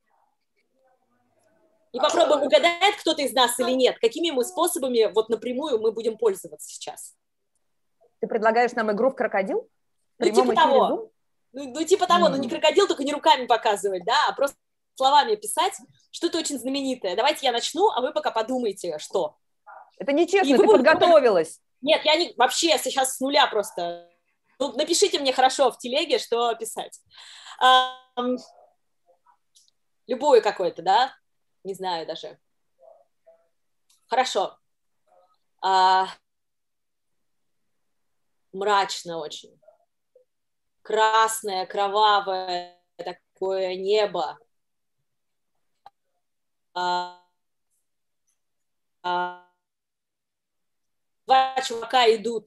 И попробуем угадать, кто-то из нас или нет, какими мы способами вот напрямую мы будем пользоваться сейчас. Ты предлагаешь нам игру в крокодил? Ну, типа того. Ну, типа того, но не крокодил, только не руками показывать, да, а просто словами писать что-то очень знаменитое. Давайте я начну, а вы пока подумайте, что. Это нечестно, ты подготовилась. Нет, я не... Вообще, сейчас с нуля просто... Ну, напишите мне хорошо в телеге, что писать. Любую какое-то, да? Не знаю даже. Хорошо. Мрачно очень. Красное, кровавое такое небо. Два чувака идут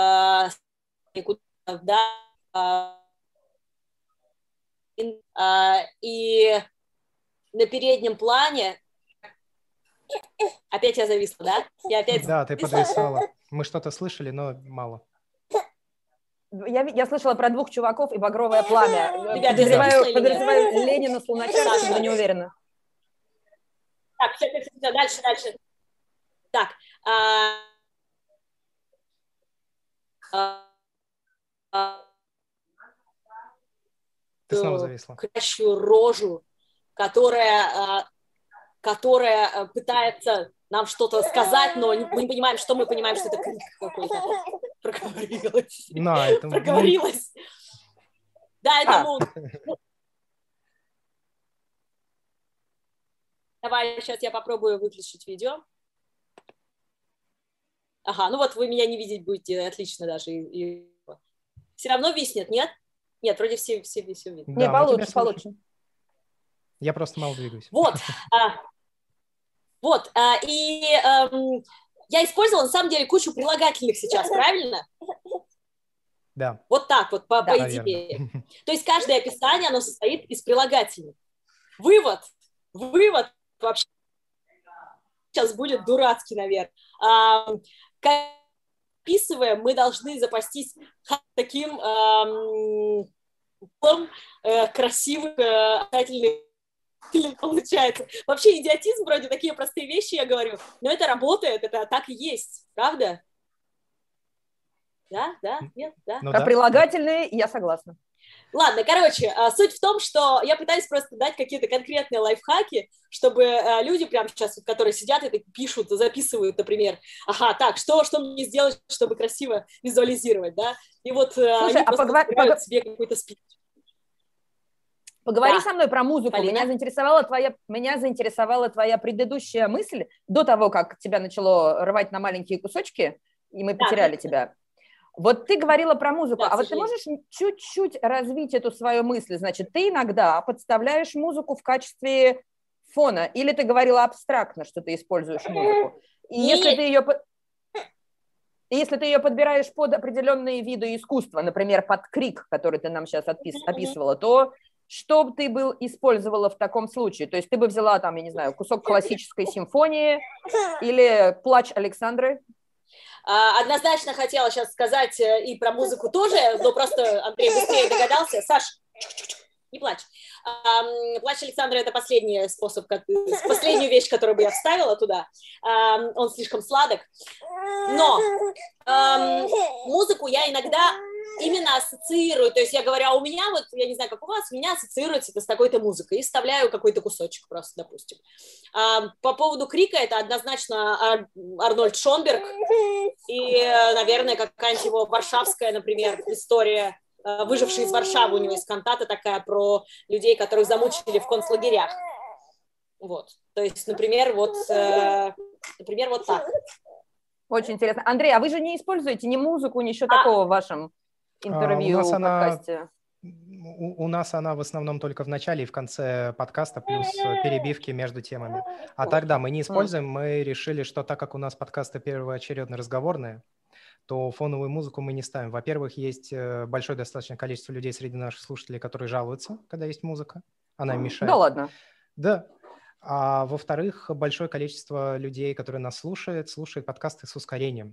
куда-то, и на переднем плане... Опять я зависла, да? Да, ты подвисала. Мы что-то слышали, но мало. Я слышала про двух чуваков и багровое пламя. Ребята, подозреваю Ленина с Луначарским, но не уверена. Так, все, дальше. Так. Ты снова зависла. Кращую рожу, которая пытается нам что-то сказать, но мы не понимаем, что мы понимаем, что это крик какой-то. Проговорилась. Да, это муд. Давай, сейчас я попробую выключить видео. Ага, ну вот вы меня не видеть будете, отлично даже. Все равно виснет, нет? Нет, вроде все видно. Не, получше. Я просто мало двигаюсь. Вот. И я использовала, на самом деле, кучу прилагательных сейчас, правильно? Да. Вот так вот, по идее. То есть каждое описание, оно состоит из прилагательных. Вывод вообще сейчас будет дурацкий, наверное. Описываем, мы должны запастись таким красивым, обязательным получается. Вообще идиотизм, вроде такие простые вещи я говорю, но это работает, это так и есть, правда? Да, нет, да. Про прилагательные я согласна. Ладно, короче, суть в том, что я пытаюсь просто дать какие-то конкретные лайфхаки, чтобы люди прямо сейчас, вот, которые сидят и пишут, записывают, например, ага, так, что мне сделать, чтобы красиво визуализировать, да? И вот Слушай, они просто выбирают себе какой-то спич. Поговори со мной про музыку. Полина? Меня заинтересовала твоя предыдущая мысль до того, как тебя начало рвать на маленькие кусочки, и мы потеряли тебя. Вот ты говорила про музыку, а вот ты можешь чуть-чуть развить эту свою мысль? Значит, ты иногда подставляешь музыку в качестве фона, или ты говорила абстрактно, что ты используешь музыку? И если ты ее подбираешь под определенные виды искусства, например, под крик, который ты нам сейчас описывала, то что ты бы использовала в таком случае? То есть ты бы взяла там, я не знаю, кусок классической симфонии или плач Александры? Однозначно хотела сейчас сказать и про музыку тоже, но просто Андрей быстрее догадался. Саш, не плачь. Плач Александра – это последний способ, последнюю вещь, которую бы я вставила туда. Он слишком сладок. Но музыку я иногда именно ассоциирую. То есть я говорю, а у меня вот, я не знаю, как у вас, у меня ассоциируется это с такой-то музыкой. И вставляю какой-то кусочек просто, допустим. По поводу крика это однозначно Арнольд Шонберг. И, наверное, какая-нибудь его варшавская, например, история. «Выживший из Варшавы», у него есть кантата такая про людей, которых замучили в концлагерях. Вот. То есть, например, вот так. Очень интересно. Андрей, а вы же не используете ни музыку, ничего такого в вашем интервью, подкасте? У нас она в основном только в начале и в конце подкаста, плюс перебивки между темами. А тогда мы не используем, мы решили, что так как у нас подкасты первоочередно разговорные, то фоновую музыку мы не ставим. Во-первых, есть большое достаточное количество людей среди наших слушателей, которые жалуются, когда есть музыка. Она им мешает. Да ладно? Да. А во-вторых, большое количество людей, которые нас слушают подкасты с ускорением.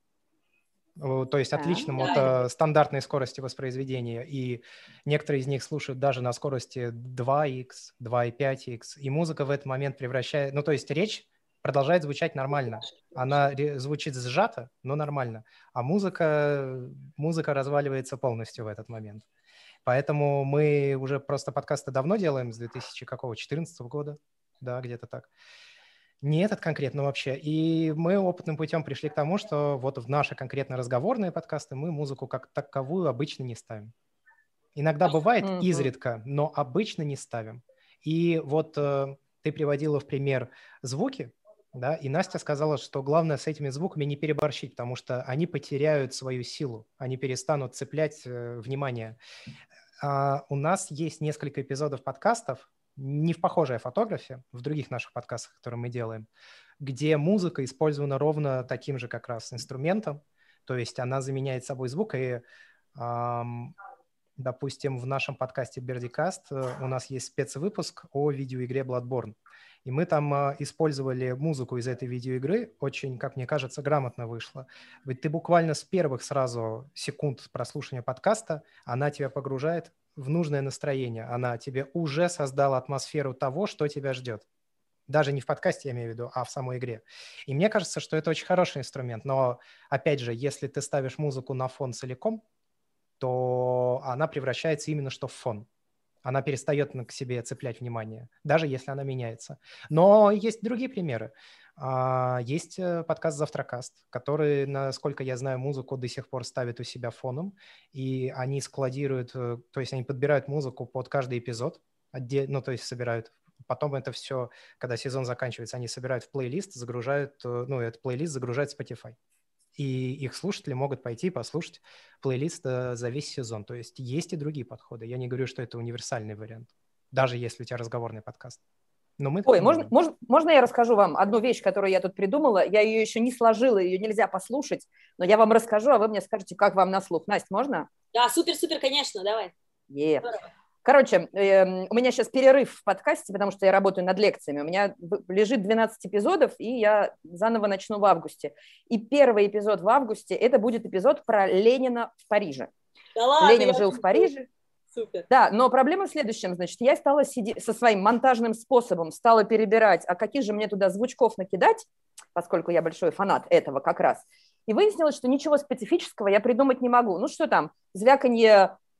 То есть отличным от стандартной скорости воспроизведения. И некоторые из них слушают даже на скорости 2х, 2,5х. И музыка в этот момент превращает... Ну, то есть речь продолжает звучать нормально. Она звучит сжато, но нормально. А музыка разваливается полностью в этот момент. Поэтому мы уже просто подкасты давно делаем, с 2014 года. Да, где-то так. Не этот конкретно вообще. И мы опытным путем пришли к тому, что вот в наши конкретно разговорные подкасты мы музыку как таковую обычно не ставим. Иногда бывает изредка, но обычно не ставим. И вот ты приводила в пример звуки, да, и Настя сказала, что главное с этими звуками не переборщить, потому что они потеряют свою силу, они перестанут цеплять внимание. У нас есть несколько эпизодов подкастов, не в «Похожей фотографии», в других наших подкастах, которые мы делаем, где музыка использована ровно таким же как раз инструментом, то есть она заменяет собой звук, и, допустим, в нашем подкасте «Бердикаст» у нас есть спецвыпуск о видеоигре Bloodborne, и мы там использовали музыку из этой видеоигры, очень, как мне кажется, грамотно вышло. Ведь ты буквально с первых сразу секунд прослушивания подкаста, она тебя погружает в нужное настроение. Она тебе уже создала атмосферу того, что тебя ждет. Даже не в подкасте, я имею в виду, а в самой игре. И мне кажется, что это очень хороший инструмент. Но, опять же, если ты ставишь музыку на фон целиком, то она превращается именно что в фон. Она перестает к себе цеплять внимание, даже если она меняется. Но есть другие примеры. Есть подкаст «Завтракаст», который, насколько я знаю, музыку до сих пор ставит у себя фоном, и они складируют, то есть они подбирают музыку под каждый эпизод, ну, то есть собирают. Потом это все, когда сезон заканчивается, они собирают в плейлист, загружают, ну, этот плейлист загружает в Spotify. И их слушатели могут пойти послушать плейлист за весь сезон. То есть есть и другие подходы. Я не говорю, что это универсальный вариант, даже если у тебя разговорный подкаст. Но мы можно я расскажу вам одну вещь, которую я тут придумала? Я ее еще не сложила, ее нельзя послушать, но я вам расскажу, а вы мне скажете, как вам на слух. Настя, можно? Да, супер-супер, конечно, давай. Короче, у меня сейчас перерыв в подкасте, потому что я работаю над лекциями. У меня лежит 12 эпизодов, и я заново начну в августе. И первый эпизод в августе – это будет эпизод про Ленина в Париже. Да ладно, Ленин жил в Париже. Супер. Да, но проблема в следующем. Значит, я стала со своим монтажным способом стала перебирать, а каких же мне туда звучков накидать, поскольку я большой фанат этого как раз. И выяснилось, что ничего специфического я придумать не могу. Ну что там, звяканье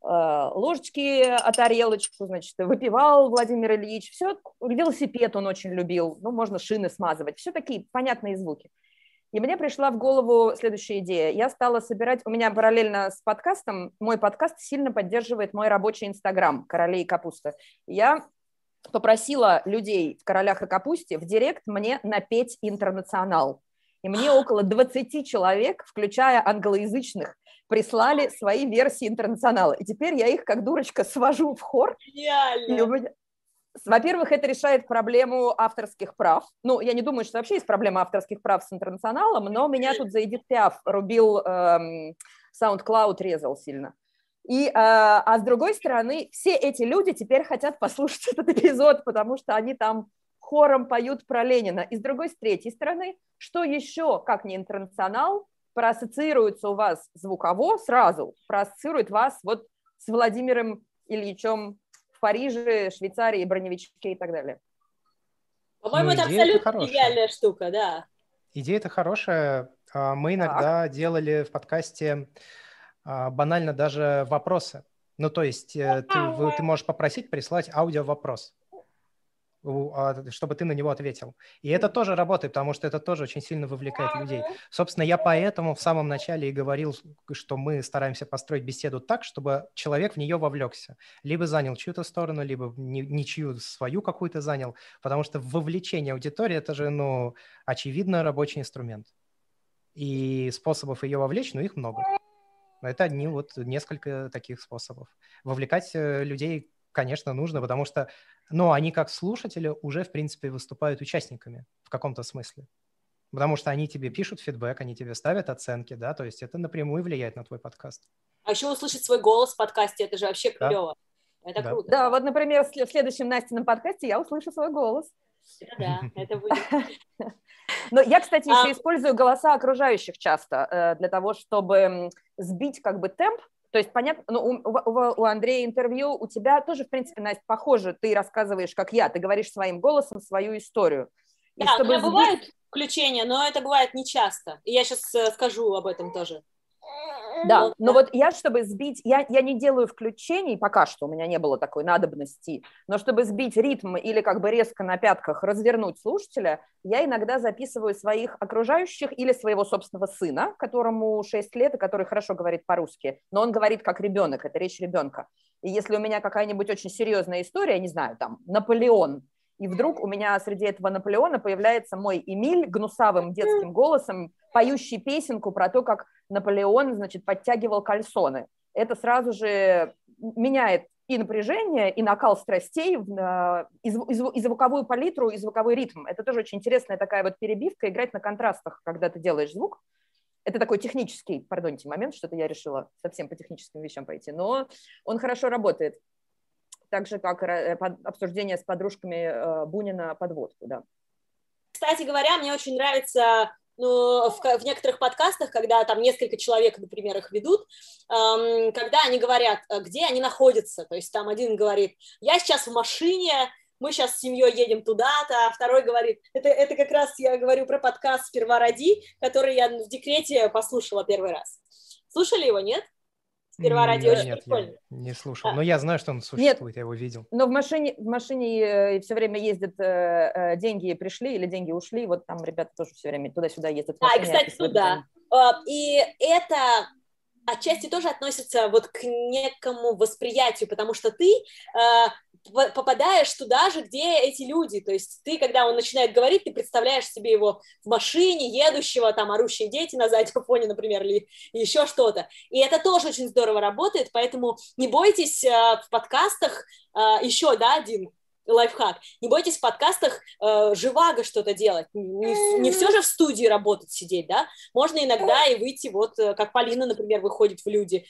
ложечки о тарелочку, значит, выпивал Владимир Ильич, все, велосипед он очень любил, ну, можно шины смазывать, все такие понятные звуки. И мне пришла в голову следующая идея. Я стала собирать, у меня параллельно с подкастом, мой подкаст сильно поддерживает мой рабочий Инстаграм «Короли и капуста». Я попросила людей в «Королях и капусте» в директ мне напеть «Интернационал». И мне около 20 человек, включая англоязычных, прислали свои версии «Интернационала». И теперь я их, как дурочка, свожу в хор. Гениально! Во-первых, это решает проблему авторских прав. Ну, я не думаю, что вообще есть проблема авторских прав с «Интернационалом», но меня тут за Эдит Пиаф рубил, SoundCloud резал сильно. А с другой стороны, все эти люди теперь хотят послушать этот эпизод, потому что они там хором поют про Ленина. И с третьей стороны, что еще, как не «Интернационал», проассоциируется у вас звуково сразу, проассоциирует вас вот с Владимиром Ильичем в Париже, Швейцарии, броневичке и так далее. По-моему, это абсолютно идеальная штука, да. Идея-то хорошая. Мы иногда делали в подкасте банально даже вопросы. Ну, то есть ты можешь попросить прислать аудио-вопрос, чтобы ты на него ответил. И это тоже работает, потому что это тоже очень сильно вывлекает людей. Собственно, я поэтому в самом начале и говорил, что мы стараемся построить беседу так, чтобы человек в нее вовлекся. Либо занял чью-то сторону, либо ничью свою какую-то занял, потому что вовлечение аудитории – это же, ну, очевидно, рабочий инструмент. И способов ее вовлечь, ну, их много. Но это одни вот несколько таких способов. Вовлекать людей, конечно, нужно, потому что, ну, они как слушатели уже, в принципе, выступают участниками в каком-то смысле. Потому что они тебе пишут фидбэк, они тебе ставят оценки, да, то есть это напрямую влияет на твой подкаст. А еще услышать свой голос в подкасте, это же вообще клево. Да. Это круто. Да, вот, например, в следующем Настином подкасте я услышу свой голос. Это да, это будет. Но я, кстати, еще использую голоса окружающих часто для того, чтобы сбить как бы темп. То есть, понятно, ну, у Андрея интервью, у тебя тоже, в принципе, Настя, похоже, ты рассказываешь, как я, ты говоришь своим голосом свою историю. И да, у меня бывают включения, но это бывает нечасто. И я сейчас скажу об этом тоже. Да, но вот я, чтобы сбить, я не делаю включений, пока что у меня не было такой надобности, но чтобы сбить ритм или как бы резко на пятках развернуть слушателя, я иногда записываю своих окружающих или своего собственного сына, которому 6 лет и который хорошо говорит по-русски, но он говорит как ребенок, это речь ребенка. И если у меня какая-нибудь очень серьезная история, не знаю, там, Наполеон, и вдруг у меня среди этого Наполеона появляется мой Эмиль гнусавым детским голосом, поющий песенку про то, как Наполеон, значит, подтягивал кальсоны. Это сразу же меняет и напряжение, и накал страстей, и звуковую палитру, и звуковой ритм. Это тоже очень интересная такая вот перебивка, играть на контрастах, когда ты делаешь звук. Это такой технический, пардоньте, момент, что-то я решила совсем по техническим вещам пойти, но он хорошо работает. Так же, как обсуждение с подружками Бунина подводку, да. Кстати говоря, мне очень нравится, ну, в некоторых подкастах, когда там несколько человек, например, их ведут, когда они говорят, где они находятся. То есть там один говорит, я сейчас в машине, мы сейчас с семьей едем туда-то, а второй говорит, это как раз я говорю про подкаст «Сперва роди», который я в декрете послушала первый раз. Слушали его, нет? «Сперва ради» очень прикольно. Нет, я не слушал. Но я знаю, что он существует, я его видел. Но в машине все время ездят, деньги пришли или деньги ушли, вот там ребята тоже все время туда-сюда ездят. Да, и, кстати, туда. И это отчасти тоже относится вот к некому восприятию, потому что ты попадаешь туда же, где эти люди, то есть ты, когда он начинает говорить, ты представляешь себе его в машине, едущего, там, орущие дети на заднем фоне, например, или еще что-то, и это тоже очень здорово работает, поэтому не бойтесь в подкастах, еще, да, один лайфхак, не бойтесь в подкастах живаго что-то делать, не все же в студии работать, сидеть, да, можно иногда и выйти, вот как Полина, например, выходит в люди,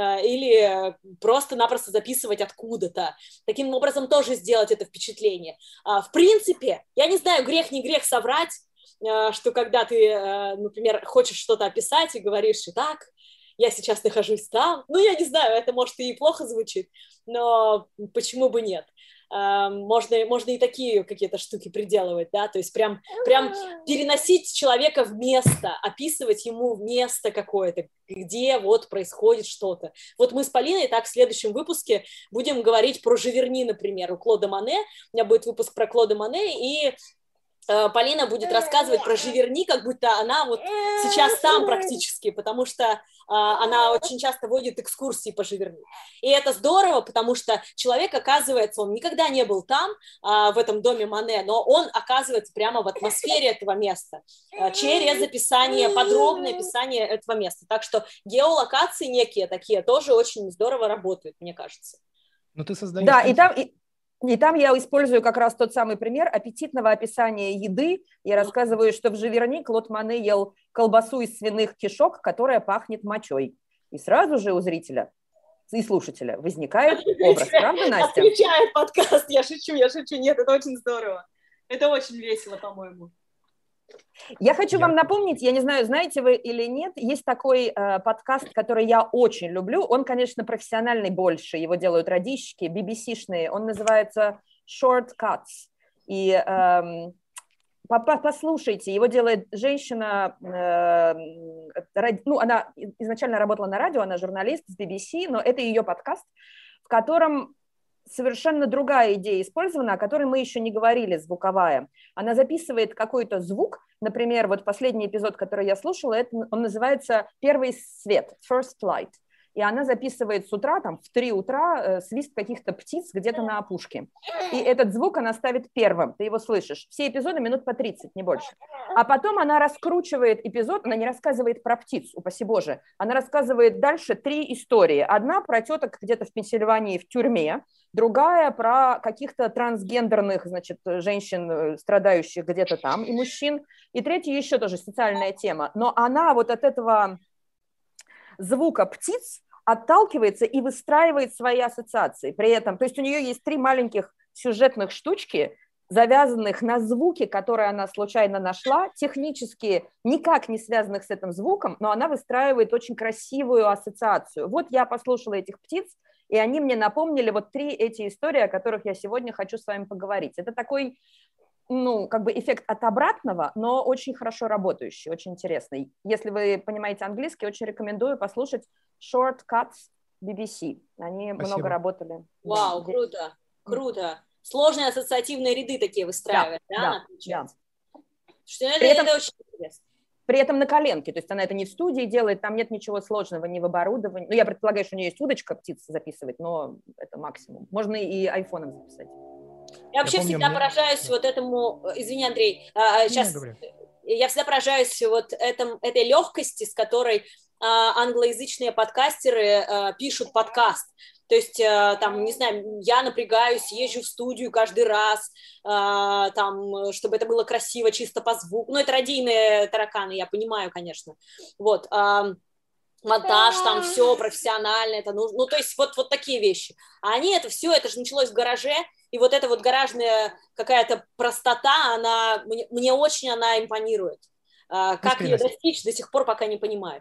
или просто-напросто записывать откуда-то, таким образом тоже сделать это впечатление. В принципе, я не знаю, грех не грех соврать, что когда ты, например, хочешь что-то описать и говоришь, так, я сейчас нахожусь там, ну, я не знаю, это, может, и плохо звучит, но почему бы нет? можно и такие какие-то штуки приделывать, да, то есть прям переносить человека в место, описывать ему место какое-то, где вот происходит что-то. Вот мы с Полиной так в следующем выпуске будем говорить про Живерни, например, у Клода Моне. У меня будет выпуск про Клода Моне, и Полина будет рассказывать про Живерни, как будто она вот сейчас там практически, потому что она очень часто водит экскурсии по Живерни. И это здорово, потому что человек, оказывается, он никогда не был там, в этом доме Моне, но он оказывается прямо в атмосфере этого места через описание, подробное описание этого места. Так что геолокации некие такие тоже очень здорово работают, мне кажется. Но ты создаешь... Да, и там я использую как раз тот самый пример аппетитного описания еды. Я рассказываю, что в Живерни Клод Моне ел колбасу из свиных кишок, которая пахнет мочой. И сразу же у зрителя и слушателя возникает образ. Правда, Настя? Отключает подкаст. Я шучу. Нет, это очень здорово. Это очень весело, по-моему. Я хочу вам напомнить, я не знаю, знаете вы или нет, есть такой подкаст, который я очень люблю. Он, конечно, профессиональный больше, его делают радищики, BBC-шные. Он называется Short Cuts. И послушайте, его делает женщина, она изначально работала на радио, она журналист с BBC, но это ее подкаст, в котором совершенно другая идея использована, о которой мы еще не говорили, звуковая. Она записывает какой-то звук, например, вот последний эпизод, который я слушала, он называется «Первый свет», «First Light», и она записывает с утра, там, в 3 утра свист каких-то птиц где-то на опушке. И этот звук она ставит первым, ты его слышишь. Все эпизоды минут по 30, не больше. А потом она раскручивает эпизод, она не рассказывает про птиц, упаси Боже, она рассказывает дальше 3 истории. Одна про теток где-то в Пенсильвании в тюрьме, другая про каких-то трансгендерных, значит, женщин, страдающих где-то там, и мужчин, и третья еще тоже социальная тема. Но она вот от этого звука птиц отталкивается и выстраивает свои ассоциации. При этом, то есть у нее есть 3 маленьких сюжетных штучки, завязанных на звуке, которые она случайно нашла, технически никак не связанных с этим звуком, но она выстраивает очень красивую ассоциацию. Вот я послушала этих птиц, и они мне напомнили вот 3 эти истории, о которых я сегодня хочу с вами поговорить. Это такой, как бы эффект от обратного, но очень хорошо работающий, очень интересный. Если вы понимаете английский, очень рекомендую послушать Short Cuts BBC. Они много работали. Вау, круто, круто. Сложные ассоциативные ряды такие выстраивать, да? Это очень интересно. При этом на коленке, то есть она это не в студии делает, там нет ничего сложного, ни в оборудовании. Ну, я предполагаю, что у нее есть удочка птиц записывать, но это максимум. Можно и айфоном записать. Я вообще всегда поражаюсь вот этому, извини, Андрей, сейчас я всегда поражаюсь вот этой легкости, с которой англоязычные подкастеры пишут подкаст. То есть, там, не знаю, я напрягаюсь, езжу в студию каждый раз, там, чтобы это было красиво, чисто по звуку. Ну, это радийные тараканы, я понимаю, конечно. Вот. Монтаж, там все профессионально, это нужно. Ну, то есть, вот такие вещи. А они это же началось в гараже, и вот эта вот гаражная какая-то простота, мне очень она импонирует. Как ее достичь, до сих пор пока не понимаю.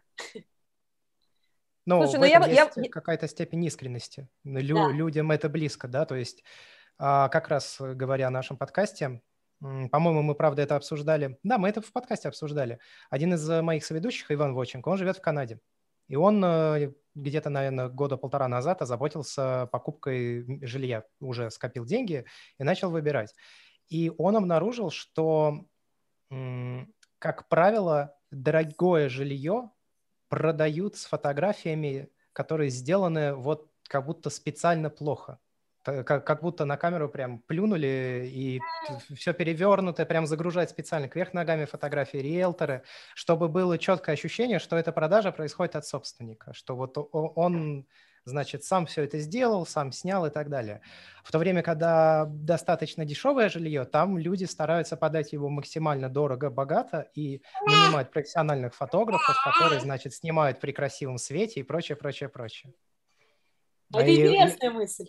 Но в этом есть какая-то степень искренности. Людям это близко, да, то есть как раз говоря о нашем подкасте, по-моему, мы, правда, это обсуждали. Да, мы это в подкасте обсуждали. Один из моих соведущих, Иван Воченко, он живет в Канаде. И он где-то, наверное, 1-1.5 года назад озаботился покупкой жилья, уже скопил деньги и начал выбирать. И он обнаружил, что, как правило, дорогое жилье продают с фотографиями, которые сделаны вот как будто специально плохо. Как будто на камеру прям плюнули, и все перевернуто, прям загружать специально кверх ногами фотографии риэлторы, чтобы было четкое ощущение, что эта продажа происходит от собственника, что вот он, значит, сам все это сделал, сам снял и так далее. В то время, когда достаточно дешевое жилье, там люди стараются подать его максимально дорого, богато и нанимают профессиональных фотографов, которые, значит, снимают при красивом свете и прочее, прочее, прочее. Это интересная мысль.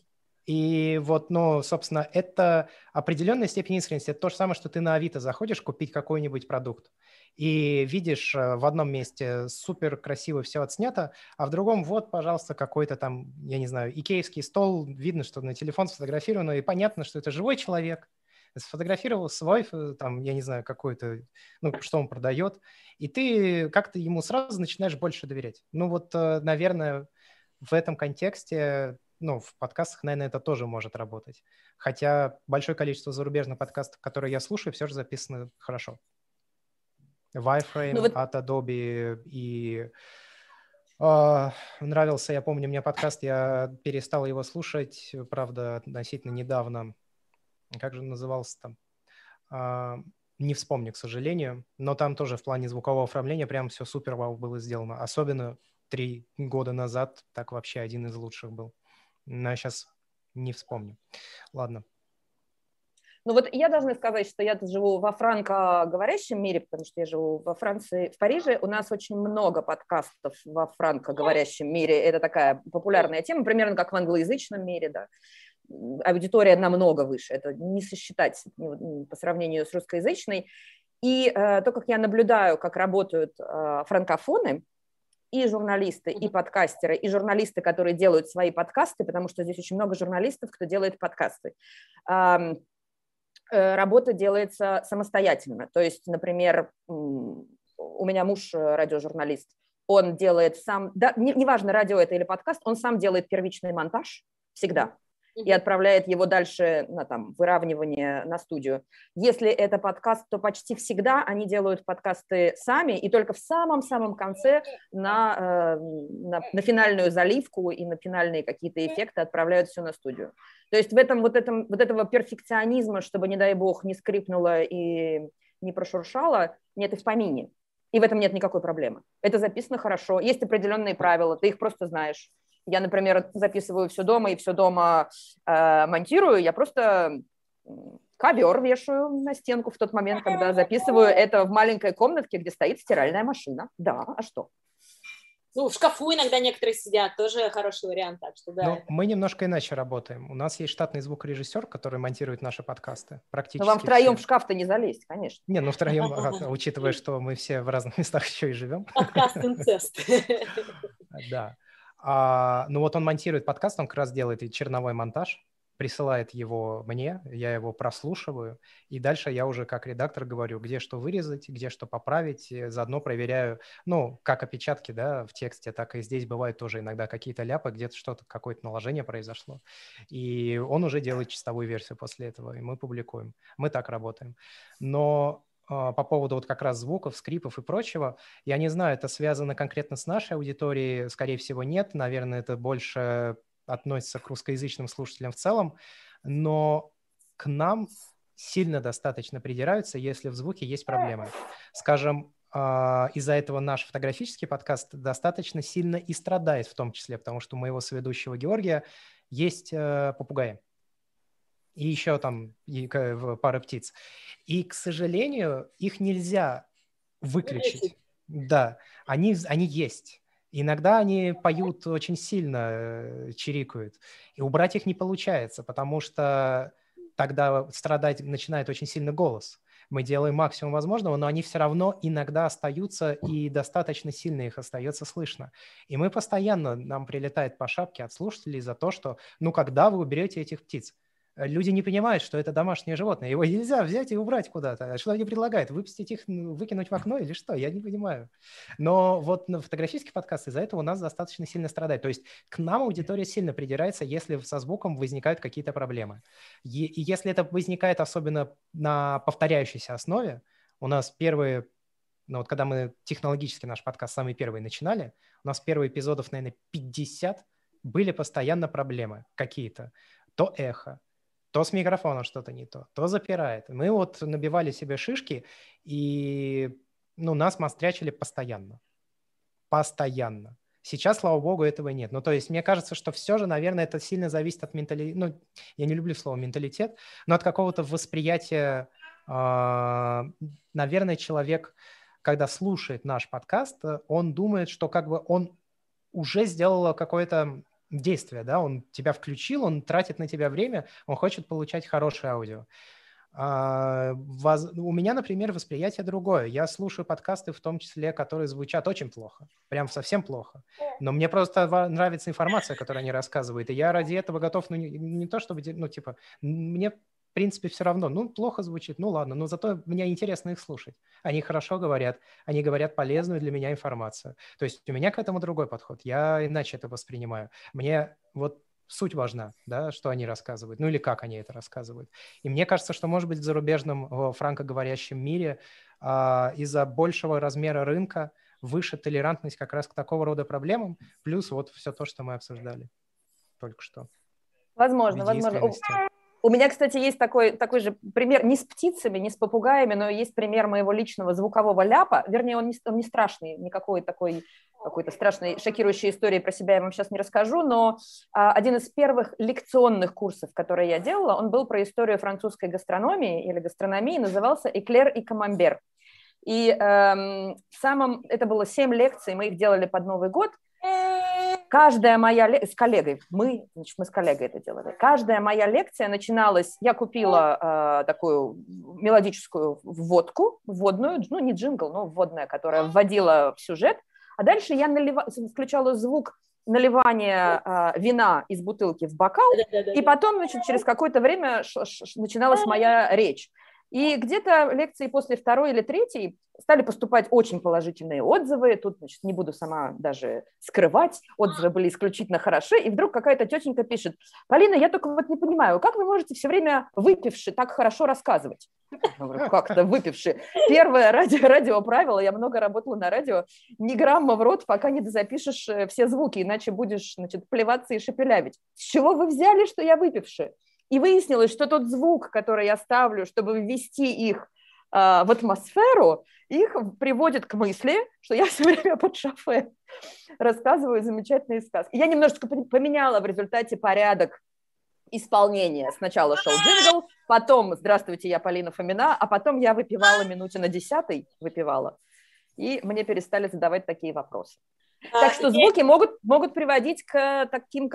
И вот, ну, собственно, это определенная степень искренности. Это то же самое, что ты на Авито заходишь купить какой-нибудь продукт и видишь в одном месте супер красиво все отснято, а в другом вот, пожалуйста, какой-то там, я не знаю, икеевский стол, видно, что на телефон сфотографировано, и понятно, что это живой человек, сфотографировал свой, там, я не знаю, какой-то, ну, что он продает, и ты как-то ему сразу начинаешь больше доверять. Ну, вот, наверное, в этом контексте, ну, в подкастах, наверное, это тоже может работать. Хотя большое количество зарубежных подкастов, которые я слушаю, все же записаны хорошо. Wireframe от Adobe и нравился, я помню, мне подкаст, я перестал его слушать, правда, относительно недавно. Как же он назывался там? Не вспомню, к сожалению, но там тоже в плане звукового оформления прям все супер вау было сделано. Особенно 3 года назад так вообще один из лучших был. Но я сейчас не вспомню. Ладно. Ну вот я должна сказать, что я тут живу во франкоговорящем мире, потому что я живу во Франции, в Париже. У нас очень много подкастов во франкоговорящем мире. Это такая популярная тема, примерно как в англоязычном мире, да. Аудитория намного выше, это не сосчитать по сравнению с русскоязычной. И то, как я наблюдаю, как работают франкофоны, и журналисты, и подкастеры, и журналисты, которые делают свои подкасты, потому что здесь очень много журналистов, кто делает подкасты. Работа делается самостоятельно. То есть, например, у меня муж радиожурналист, он делает сам, да, неважно, радио это или подкаст, он сам делает первичный монтаж всегда и отправляет его дальше на там, выравнивание на студию. Если это подкаст, то почти всегда они делают подкасты сами, и только в самом-самом конце на финальную заливку и на финальные какие-то эффекты отправляют все на студию. То есть в этом вот этого перфекционизма, чтобы, не дай бог, не скрипнуло и не прошуршало, нет и в помине. И в этом нет никакой проблемы. Это записано хорошо, есть определенные правила, ты их просто знаешь. Я, например, записываю все дома и все дома монтирую, я просто ковер вешаю на стенку в тот момент, когда записываю это в маленькой комнатке, где стоит стиральная машина. Да, а что? Ну, в шкафу иногда некоторые сидят, тоже хороший вариант, так что да. Но мы немножко иначе работаем. У нас есть штатный звукорежиссер, который монтирует наши подкасты. Практически Но вам втроем все. в шкаф-то не залезть, конечно. Не, ну втроем, учитывая, что мы все в разных местах еще и живем. Подкаст-инцест. Да. Ну вот он монтирует подкаст, он как раз делает и черновой монтаж, присылает его мне, я его прослушиваю, и дальше я уже как редактор говорю, где что вырезать, где что поправить, и заодно проверяю, ну, как опечатки, да, в тексте, так и здесь бывают тоже иногда какие-то ляпы, где-то что-то, какое-то наложение произошло, и он уже делает чистовую версию после этого, и мы публикуем. Мы так работаем. Но по поводу вот как раз звуков, скрипов и прочего, я не знаю, это связано конкретно с нашей аудиторией, скорее всего, нет, наверное, это больше относится к русскоязычным слушателям в целом, но к нам сильно достаточно придираются, если в звуке есть проблемы. Скажем, из-за этого наш фотографический подкаст достаточно сильно и страдает в том числе, потому что у моего соведущего Георгия есть попугаи. И еще там пара птиц. И, к сожалению, их нельзя выключить. Да, они есть. Иногда они поют очень сильно, чирикают. И убрать их не получается, потому что тогда страдать начинает очень сильно голос. Мы делаем максимум возможного, но они все равно иногда остаются, и достаточно сильно их остается слышно. И мы постоянно, нам прилетает по шапке от слушателей за то, что, ну, когда вы уберете этих птиц? Люди не понимают, что это домашнее животное. Его нельзя взять и убрать куда-то. Что они предлагают? Выпустить их, выкинуть в окно или что? Я не понимаю. Но вот на фотографический подкаст из-за этого у нас достаточно сильно страдает. То есть к нам аудитория сильно придирается, если со звуком возникают какие-то проблемы. И если это возникает особенно на повторяющейся основе, у нас первые, ну вот когда мы технологически наш подкаст самый первый начинали, у нас первые эпизодов, наверное, 50 были постоянно проблемы какие-то. То эхо, то с микрофоном что-то не то запирает. Мы вот набивали себе шишки, и нас мострячили постоянно. Постоянно. Сейчас, слава богу, этого нет. Ну, то есть, мне кажется, что все же, наверное, это сильно зависит от менталитета. Ну, я не люблю слово менталитет, но от какого-то восприятия. Наверное, человек, когда слушает наш подкаст, он думает, что как бы он уже сделал какое-то действие, да, он тебя включил, он тратит на тебя время, он хочет получать хорошее аудио. У меня, например, восприятие другое. Я слушаю подкасты, в том числе, которые звучат очень плохо, прям совсем плохо. Но мне просто нравится информация, которую они рассказывают, и я ради этого готов, не то чтобы, типа, мне, в принципе, все равно, плохо звучит, ладно, но зато мне интересно их слушать. Они хорошо говорят, они говорят полезную для меня информацию. То есть у меня к этому другой подход, я иначе это воспринимаю. Мне вот суть важна, да, что они рассказывают, или как они это рассказывают. И мне кажется, что, может быть, в зарубежном франкоговорящем мире из-за большего размера рынка выше толерантность как раз к такого рода проблемам, плюс вот все то, что мы обсуждали только что. Возможно. У меня, кстати, есть такой же пример, не с птицами, не с попугаями, но есть пример моего личного звукового ляпа. Вернее, он не страшный, никакой такой какой-то страшной, шокирующей истории про себя я вам сейчас не расскажу, но один из первых лекционных курсов, которые я делала, он был про историю французской гастрономии или гастрономии, назывался «Эклер и камамбер». И это было 7 лекций, мы их делали под Новый год. Каждая моя с коллегой, мы с коллегой это делали. Каждая моя лекция начиналась, я купила такую мелодическую вводную, не джингл, но вводная, которая вводила в сюжет, а дальше я включала звук наливания вина из бутылки в бокал, и потом, через какое-то время начиналась моя речь. И где-то лекции после 2-й или 3-й стали поступать очень положительные отзывы. Тут, не буду сама даже скрывать, отзывы были исключительно хороши. И вдруг какая-то тетенька пишет: «Полина, я только вот не понимаю, как вы можете все время выпивши так хорошо рассказывать?» Я говорю: «Как-то выпивши?» Первое радиоправило, я много работала на радио, ни грамма в рот, пока не запишешь все звуки, иначе будешь, плеваться и шепелявить. С чего вы взяли, что я выпивши? И выяснилось, что тот звук, который я ставлю, чтобы ввести их в атмосферу, их приводит к мысли, что я все время под шофе рассказываю замечательные сказки. Я немножечко поменяла в результате порядок исполнения. Сначала шел джингл, потом «Здравствуйте, я Полина Фомина», а потом я выпивала минуте на 10-й, и мне перестали задавать такие вопросы. Так что звуки могут приводить к таким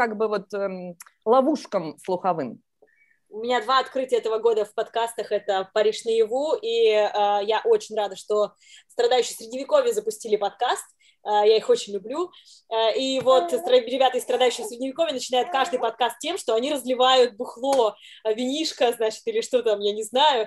ловушкам слуховым. У меня 2 открытия этого года в подкастах. Это «Париж наяву», и я очень рада, что «Страдающие Средневековье» запустили подкаст. Я их очень люблю. И вот ребята из «Страдающих Средневековья» начинают каждый подкаст тем, что они разливают бухло, винишко, или что там, я не знаю.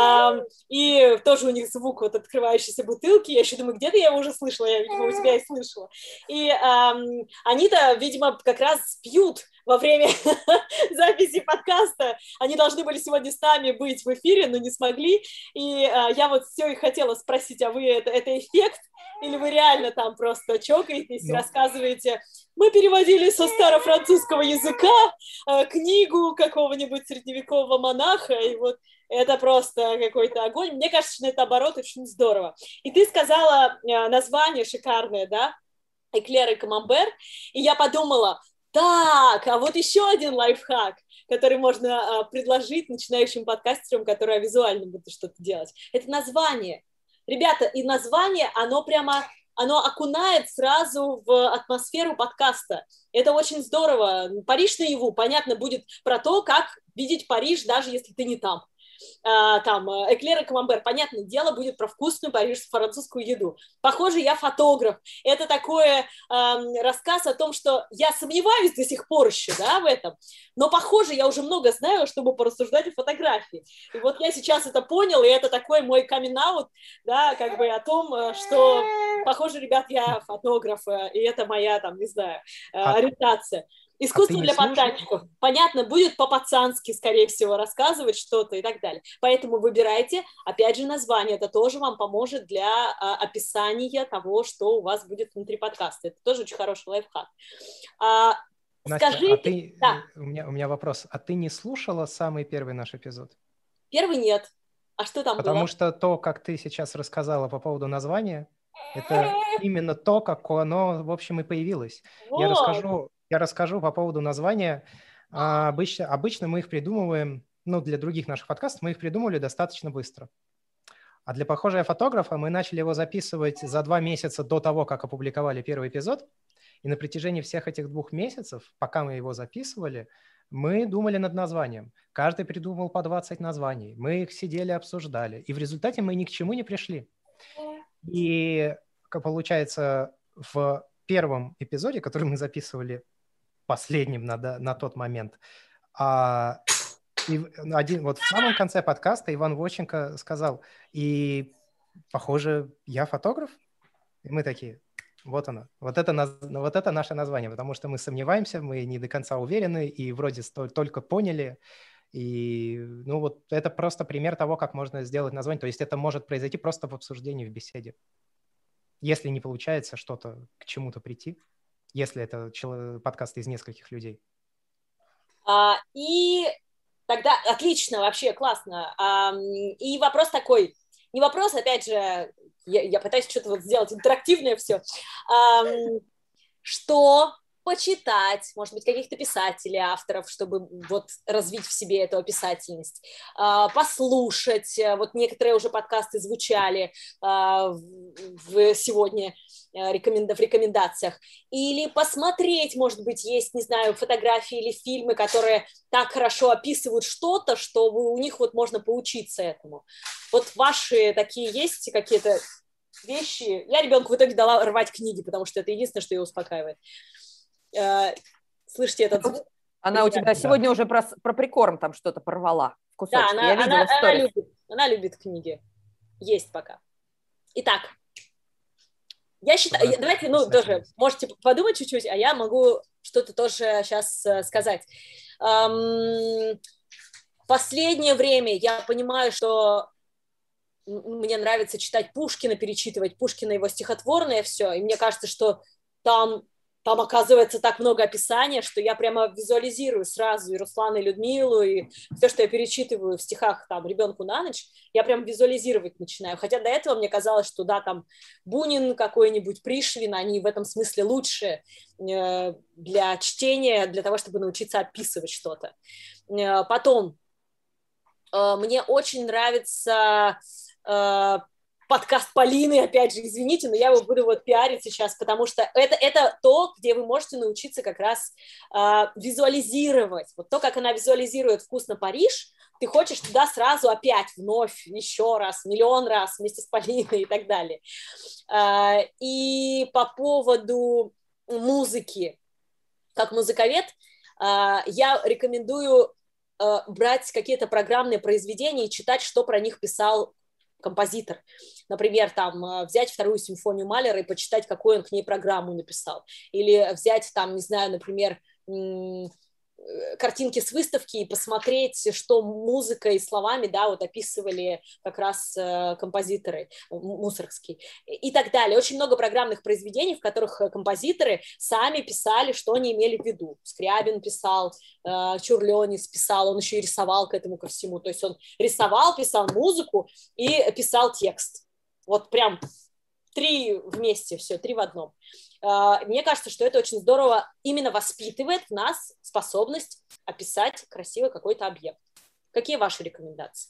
И тоже у них звук открывающейся бутылки. Я еще думаю, где-то я его уже слышала, я, видимо, у тебя и слышала. И они-то, видимо, как раз пьют во время записи подкаста. Они должны были сегодня с нами быть в эфире, но не смогли. И я вот все и хотела спросить, а вы это эффект? Или вы реально там просто чокаетесь и рассказываете: мы переводили со старофранцузского языка книгу какого-нибудь средневекового монаха, и вот это просто какой-то огонь. Мне кажется, что это, наоборот, очень здорово. И ты сказала название шикарное, да? «Эклер и камамбер», и я подумала: так, а вот еще один лайфхак, который можно предложить начинающим подкастерам, которые визуально будут что-то делать. Это название. Ребята, и название, оно окунает сразу в атмосферу подкаста. Это очень здорово. «Париж наяву», понятно, будет про то, как видеть Париж, даже если ты не там. Там «Эклер и камамбер», понятное дело, будет про вкусную парижскую французскую еду. Похоже, я фотограф. Это такой рассказ о том, что я сомневаюсь до сих пор еще, да, в этом, но, похоже, я уже много знаю, чтобы порассуждать о фотографии. И вот я сейчас это понял, и это такой мой камин-аут, да, о том, что, похоже, ребят, я фотограф, и это моя, ориентация. Искусство для пацанчиков. Понятно, будет по-пацански, скорее всего, рассказывать что-то и так далее. Поэтому выбирайте, опять же, название. Это тоже вам поможет для описания того, что у вас будет внутри подкаста. Это тоже очень хороший лайфхак. Настя, скажите... у меня вопрос. А ты не слушала самый первый наш эпизод? Первый нет. А что там было? Потому что то, как ты сейчас рассказала по поводу названия, это именно то, как оно, в общем, и появилось. Вот. Я расскажу по поводу названия. Обычно мы их придумываем, для других наших подкастов мы их придумывали достаточно быстро. А для «Похожего фотографа» мы начали его записывать за 2 месяца до того, как опубликовали первый эпизод. И на протяжении всех этих 2 месяцев, пока мы его записывали, мы думали над названием. Каждый придумал по 20 названий. Мы их сидели, обсуждали. И в результате мы ни к чему не пришли. И, как получается, в первом эпизоде, который мы записывали последним на тот момент, вот в самом конце подкаста Иван Воченко сказал, и, похоже, я фотограф? И мы такие, вот оно, вот это наше название, потому что мы сомневаемся, мы не до конца уверены, и вроде только поняли. И, ну, вот это просто пример того, как можно сделать название. То есть это может произойти просто в обсуждении, в беседе. Если не получается что-то к чему-то прийти, если это подкаст из нескольких людей. И тогда отлично, вообще классно. И вопрос такой, не вопрос, опять же, я пытаюсь что-то вот сделать интерактивное все. Что почитать, может быть, каких-то писателей, авторов, чтобы вот развить в себе эту описательность, послушать, вот некоторые уже подкасты звучали сегодня в рекомендациях, или посмотреть, может быть, есть, не знаю, фотографии или фильмы, которые так хорошо описывают что-то, что у них вот можно поучиться этому. Вот ваши такие есть какие-то вещи? Я ребенку в итоге дала рвать книги, потому что это единственное, что ее успокаивает. Слышите этот звук? Она у тебя сегодня уже про прикорм там что-то порвала в кусочки. Да, я видела в сторис. Она любит книги. Есть пока. Итак, я считаю, давайте, тоже можете подумать чуть-чуть, а я могу что-то тоже сейчас сказать. Последнее время я понимаю, что мне нравится читать Пушкина, перечитывать Пушкина, его стихотворное все, и мне кажется, что там оказывается так много описания, что я прямо визуализирую сразу и Руслана, и Людмилу, и все, что я перечитываю в стихах там «Ребенку на ночь», я прям визуализировать начинаю. Хотя до этого мне казалось, что да, там Бунин какой-нибудь, Пришвин, они в этом смысле лучше для чтения, для того, чтобы научиться описывать что-то. Потом мне очень нравится подкаст Полины, опять же, извините, но я его буду вот пиарить сейчас, потому что это то, где вы можете научиться как раз визуализировать. Вот то, как она визуализирует «Вкусно, Париж», ты хочешь туда сразу опять, вновь, еще раз, миллион раз вместе с Полиной и так далее. И по поводу музыки, как музыковед, я рекомендую брать какие-то программные произведения и читать, что про них писал композитор. Например, там, взять вторую симфонию Малера и почитать, какую он к ней программу написал. Или взять, там, не знаю, например, картинки с выставки и посмотреть, что музыкой и словами, да, вот описывали как раз композиторы Мусоргский и так далее. Очень много программных произведений, в которых композиторы сами писали, что они имели в виду. Скрябин писал, Чурлёнис писал, он еще и рисовал к этому ко всему. То есть он рисовал, писал музыку и писал текст. Вот прям 3 вместе, все, 3 в одном. Мне кажется, что это очень здорово именно воспитывает в нас способность описать красиво какой-то объект. Какие ваши рекомендации?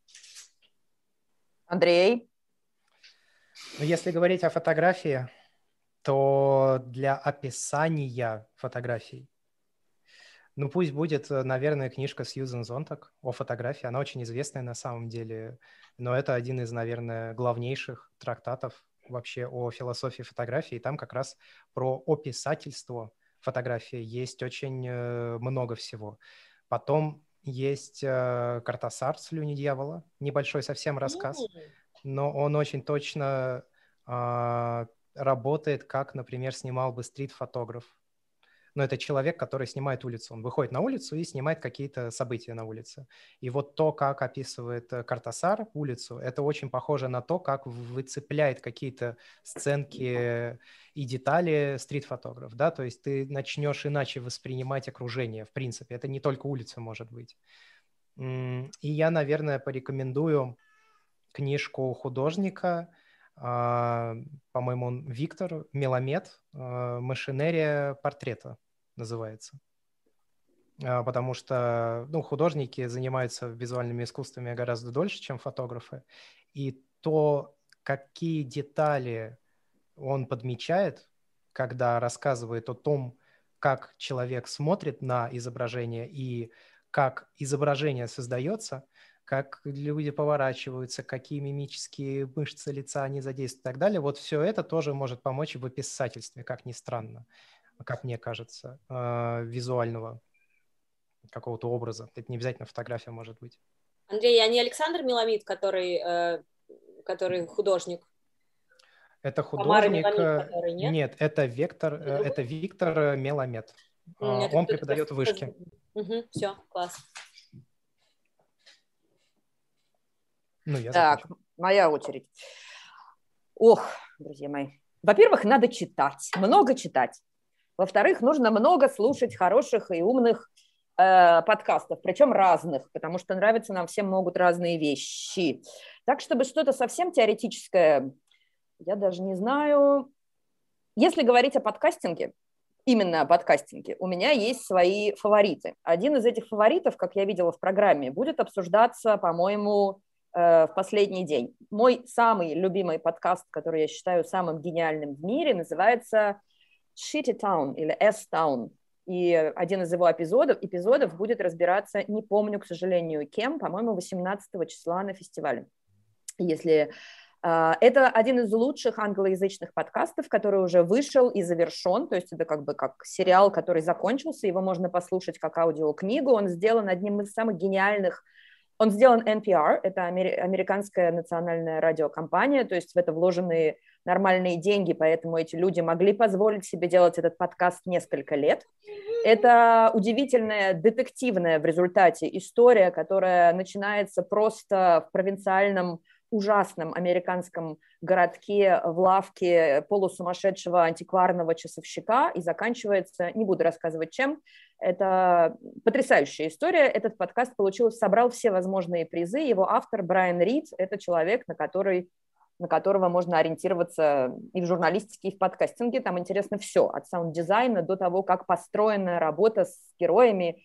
Андрей? Если говорить о фотографии, то для описания фотографий, ну пусть будет, наверное, книжка Сьюзен Зонтаг о фотографии. Она очень известная на самом деле, но это один из, наверное, главнейших трактатов вообще о философии фотографии. И там как раз про описательство фотографии есть очень много всего. Потом есть Кортасар «Слюни дьявола», небольшой совсем рассказ, но он очень точно работает, как, например, снимал бы стрит-фотограф. Но это человек, который снимает улицу. Он выходит на улицу и снимает какие-то события на улице. И вот то, как описывает Кортасар улицу, это очень похоже на то, как выцепляет какие-то сценки и детали стрит-фотограф. Да? То есть ты начнешь иначе воспринимать окружение, в принципе. Это не только улица может быть. И я, наверное, порекомендую книжку художника, по-моему, он Виктор Меламед, «Машинерия портрета» называется. Потому что художники занимаются визуальными искусствами гораздо дольше, чем фотографы. И то, какие детали он подмечает, когда рассказывает о том, как человек смотрит на изображение и как изображение создается, как люди поворачиваются, какие мимические мышцы лица они задействуют и так далее. Вот все это тоже может помочь в описательстве, как ни странно, как мне кажется, визуального какого-то образа. Это не обязательно фотография может быть. Андрей, а не Александр Меламид, который художник? Это Тамара художник... Меламид, который, нет? Нет, это Виктор Меламед. Он преподает в Вышке. Все, класс. Ну, я Так, закончил. моя очередь. Ох, друзья мои. Во-первых, надо читать, много читать. Во-вторых, нужно много слушать хороших и умных подкастов, причем разных, потому что нравятся нам всем могут разные вещи. Так, чтобы что-то совсем теоретическое, я даже не знаю. Если говорить о подкастинге, именно о подкастинге, у меня есть свои фавориты. Один из этих фаворитов, как я видела в программе, будет обсуждаться, по-моему, в последний день. Мой самый любимый подкаст, который я считаю самым гениальным в мире, называется Shitty Town или S-Town. И один из его эпизодов будет разбираться, не помню, к сожалению, кем, по-моему, 18 числа на фестивале. Если это один из лучших англоязычных подкастов, который уже вышел и завершен, то есть это как бы как сериал, который закончился, его можно послушать как аудиокнигу, он сделан одним из самых гениальных. Он сделан NPR, это американская национальная радиокомпания, то есть в это вложены нормальные деньги, поэтому эти люди могли позволить себе делать этот подкаст несколько лет. Это удивительная детективная в результате история, которая начинается просто в провинциальном ужасном американском городке в лавке полусумасшедшего антикварного часовщика и заканчивается, не буду рассказывать чем, это потрясающая история. Этот подкаст собрал все возможные призы. Его автор Брайан Рид – это человек, на которого можно ориентироваться и в журналистике, и в подкастинге. Там интересно все, от саунд-дизайна до того, как построена работа с героями.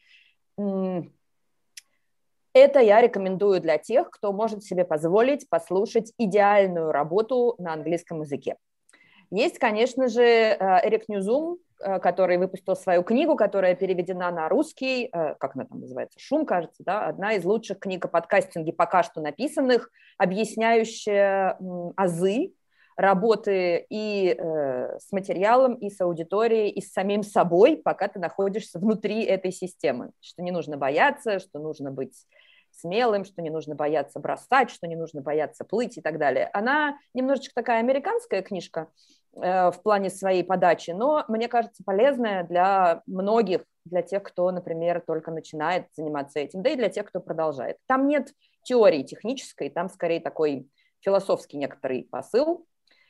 Это я рекомендую для тех, кто может себе позволить послушать идеальную работу на английском языке. Есть, конечно же, Эрик Ньюзум, который выпустил свою книгу, которая переведена на русский, как она там называется, «Шум», кажется, да, одна из лучших книг о подкастинге пока что написанных, объясняющая азы работы и с материалом, и с аудиторией, и с самим собой, пока ты находишься внутри этой системы, что не нужно бояться, что нужно быть смелым, что не нужно бояться бросать, что не нужно бояться плыть и так далее. Она немножечко такая американская книжка в плане своей подачи, но, мне кажется, полезная для многих, для тех, кто, например, только начинает заниматься этим, да и для тех, кто продолжает. Там нет теории технической, там скорее такой философский некоторый посыл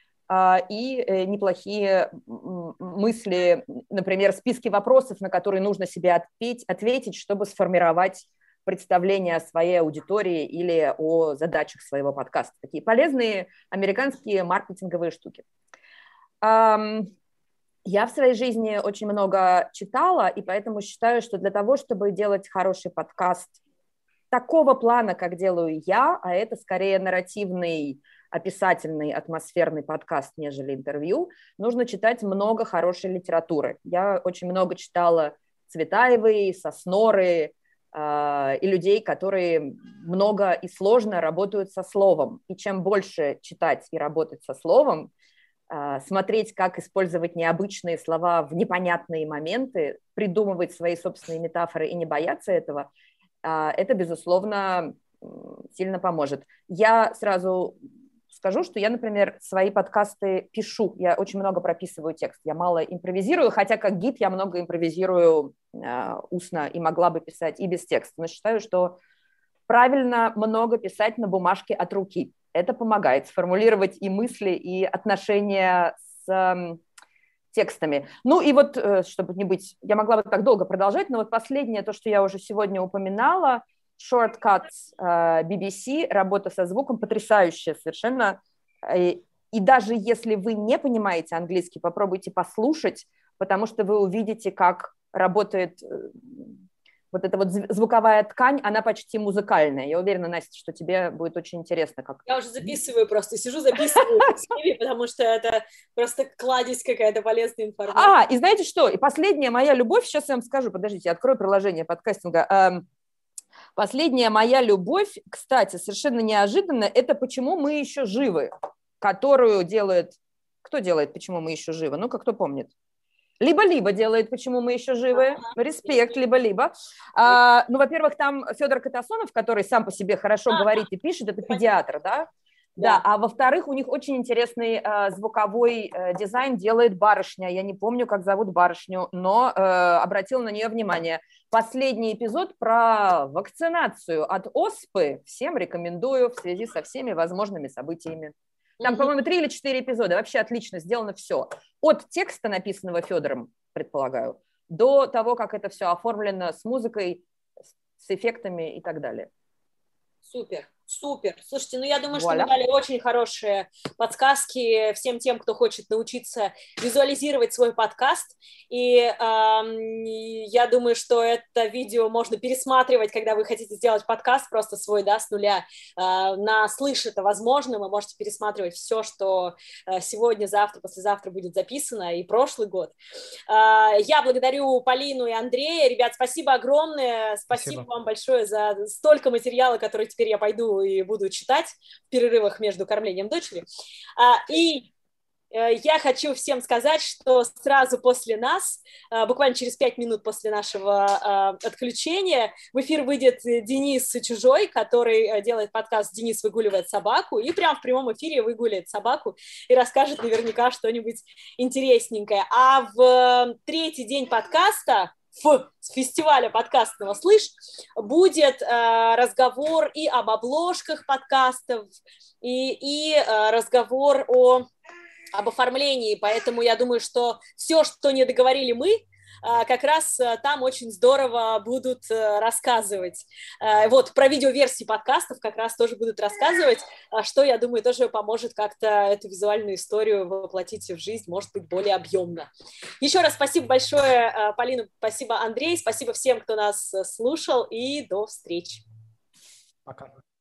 и неплохие мысли, например, списки вопросов, на которые нужно себе ответить, чтобы сформировать представление о своей аудитории или о задачах своего подкаста. Такие полезные американские маркетинговые штуки. Я в своей жизни очень много читала, и поэтому считаю, что для того, чтобы делать хороший подкаст такого плана, как делаю я, а это скорее нарративный, описательный, атмосферный подкаст, нежели интервью, нужно читать много хорошей литературы. Я очень много читала Цветаевой, Сосноры, и людей, которые много и сложно работают со словом. И чем больше читать и работать со словом, смотреть, как использовать необычные слова в непонятные моменты, придумывать свои собственные метафоры и не бояться этого, это, безусловно, сильно поможет. Я сразу скажу, что я, например, свои подкасты пишу. Я очень много прописываю текст. Я мало импровизирую, хотя как гид я много импровизирую устно и могла бы писать и без текста. Но считаю, что правильно много писать на бумажке от руки. Это помогает сформулировать и мысли, и отношения с текстами. Ну и вот, чтобы не быть... Я могла бы так долго продолжать, но вот последнее, то, что я уже сегодня упоминала, Shortcuts BBC, работа со звуком, потрясающая совершенно. И даже если вы не понимаете английский, попробуйте послушать, потому что вы увидите, как работает вот эта вот звуковая ткань, она почти музыкальная. Я уверена, Настя, что тебе будет очень интересно. Как... Я уже записываю просто, сижу, записываю, потому что это просто кладезь какая-то полезная информация. И знаете что? И последняя моя любовь, сейчас я вам скажу, подождите, я открою приложение подкастинга. Последняя моя любовь, кстати, совершенно неожиданно, это «Почему мы еще живы», которую делает... Кто делает «Почему мы еще живы»? Ну-ка, кто помнит? Либо-либо делает «Почему мы еще живы». Респект, либо-либо. Ну, во-первых, там Федор Катасонов, который сам по себе хорошо говорит и пишет, это педиатр, да? Да, а во-вторых, у них очень интересный звуковой дизайн делает барышня. Я не помню, как зовут барышню, но обратила на нее внимание. Последний эпизод про вакцинацию от оспы всем рекомендую в связи со всеми возможными событиями. Там, по-моему, 3 или 4 эпизода. Вообще отлично сделано все. От текста, написанного Федором, предполагаю, до того, как это все оформлено с музыкой, с эффектами и так далее. Супер, супер. Слушайте, ну я думаю, что мы дали очень хорошие подсказки всем тем, кто хочет научиться визуализировать свой подкаст. И я думаю, что это видео можно пересматривать, когда вы хотите сделать подкаст просто свой, да, с нуля. На «Слышь» это возможно. Вы можете пересматривать все, что сегодня, завтра, послезавтра будет записано, и прошлый год. Я благодарю Полину и Андрея. Ребят, спасибо огромное. Спасибо вам большое за столько материала, который теперь я пойду и буду читать в перерывах между кормлением дочери. И я хочу всем сказать, что сразу после нас, буквально через 5 минут после нашего отключения, в эфир выйдет Денис Чужой, который делает подкаст «Денис выгуливает собаку», и прямо в прямом эфире выгуляет собаку и расскажет наверняка что-нибудь интересненькое. А в третий день подкаста, с фестиваля подкастного «Слышь», будет разговор и об обложках подкастов, и разговор об оформлении, поэтому я думаю, что все, что не договорили мы, как раз там очень здорово будут рассказывать. Вот, про видеоверсии подкастов как раз тоже будут рассказывать, что, я думаю, тоже поможет как-то эту визуальную историю воплотить в жизнь, может быть, более объемно. Еще раз спасибо большое, Полина, спасибо, Андрей, спасибо всем, кто нас слушал, и до встречи. Пока.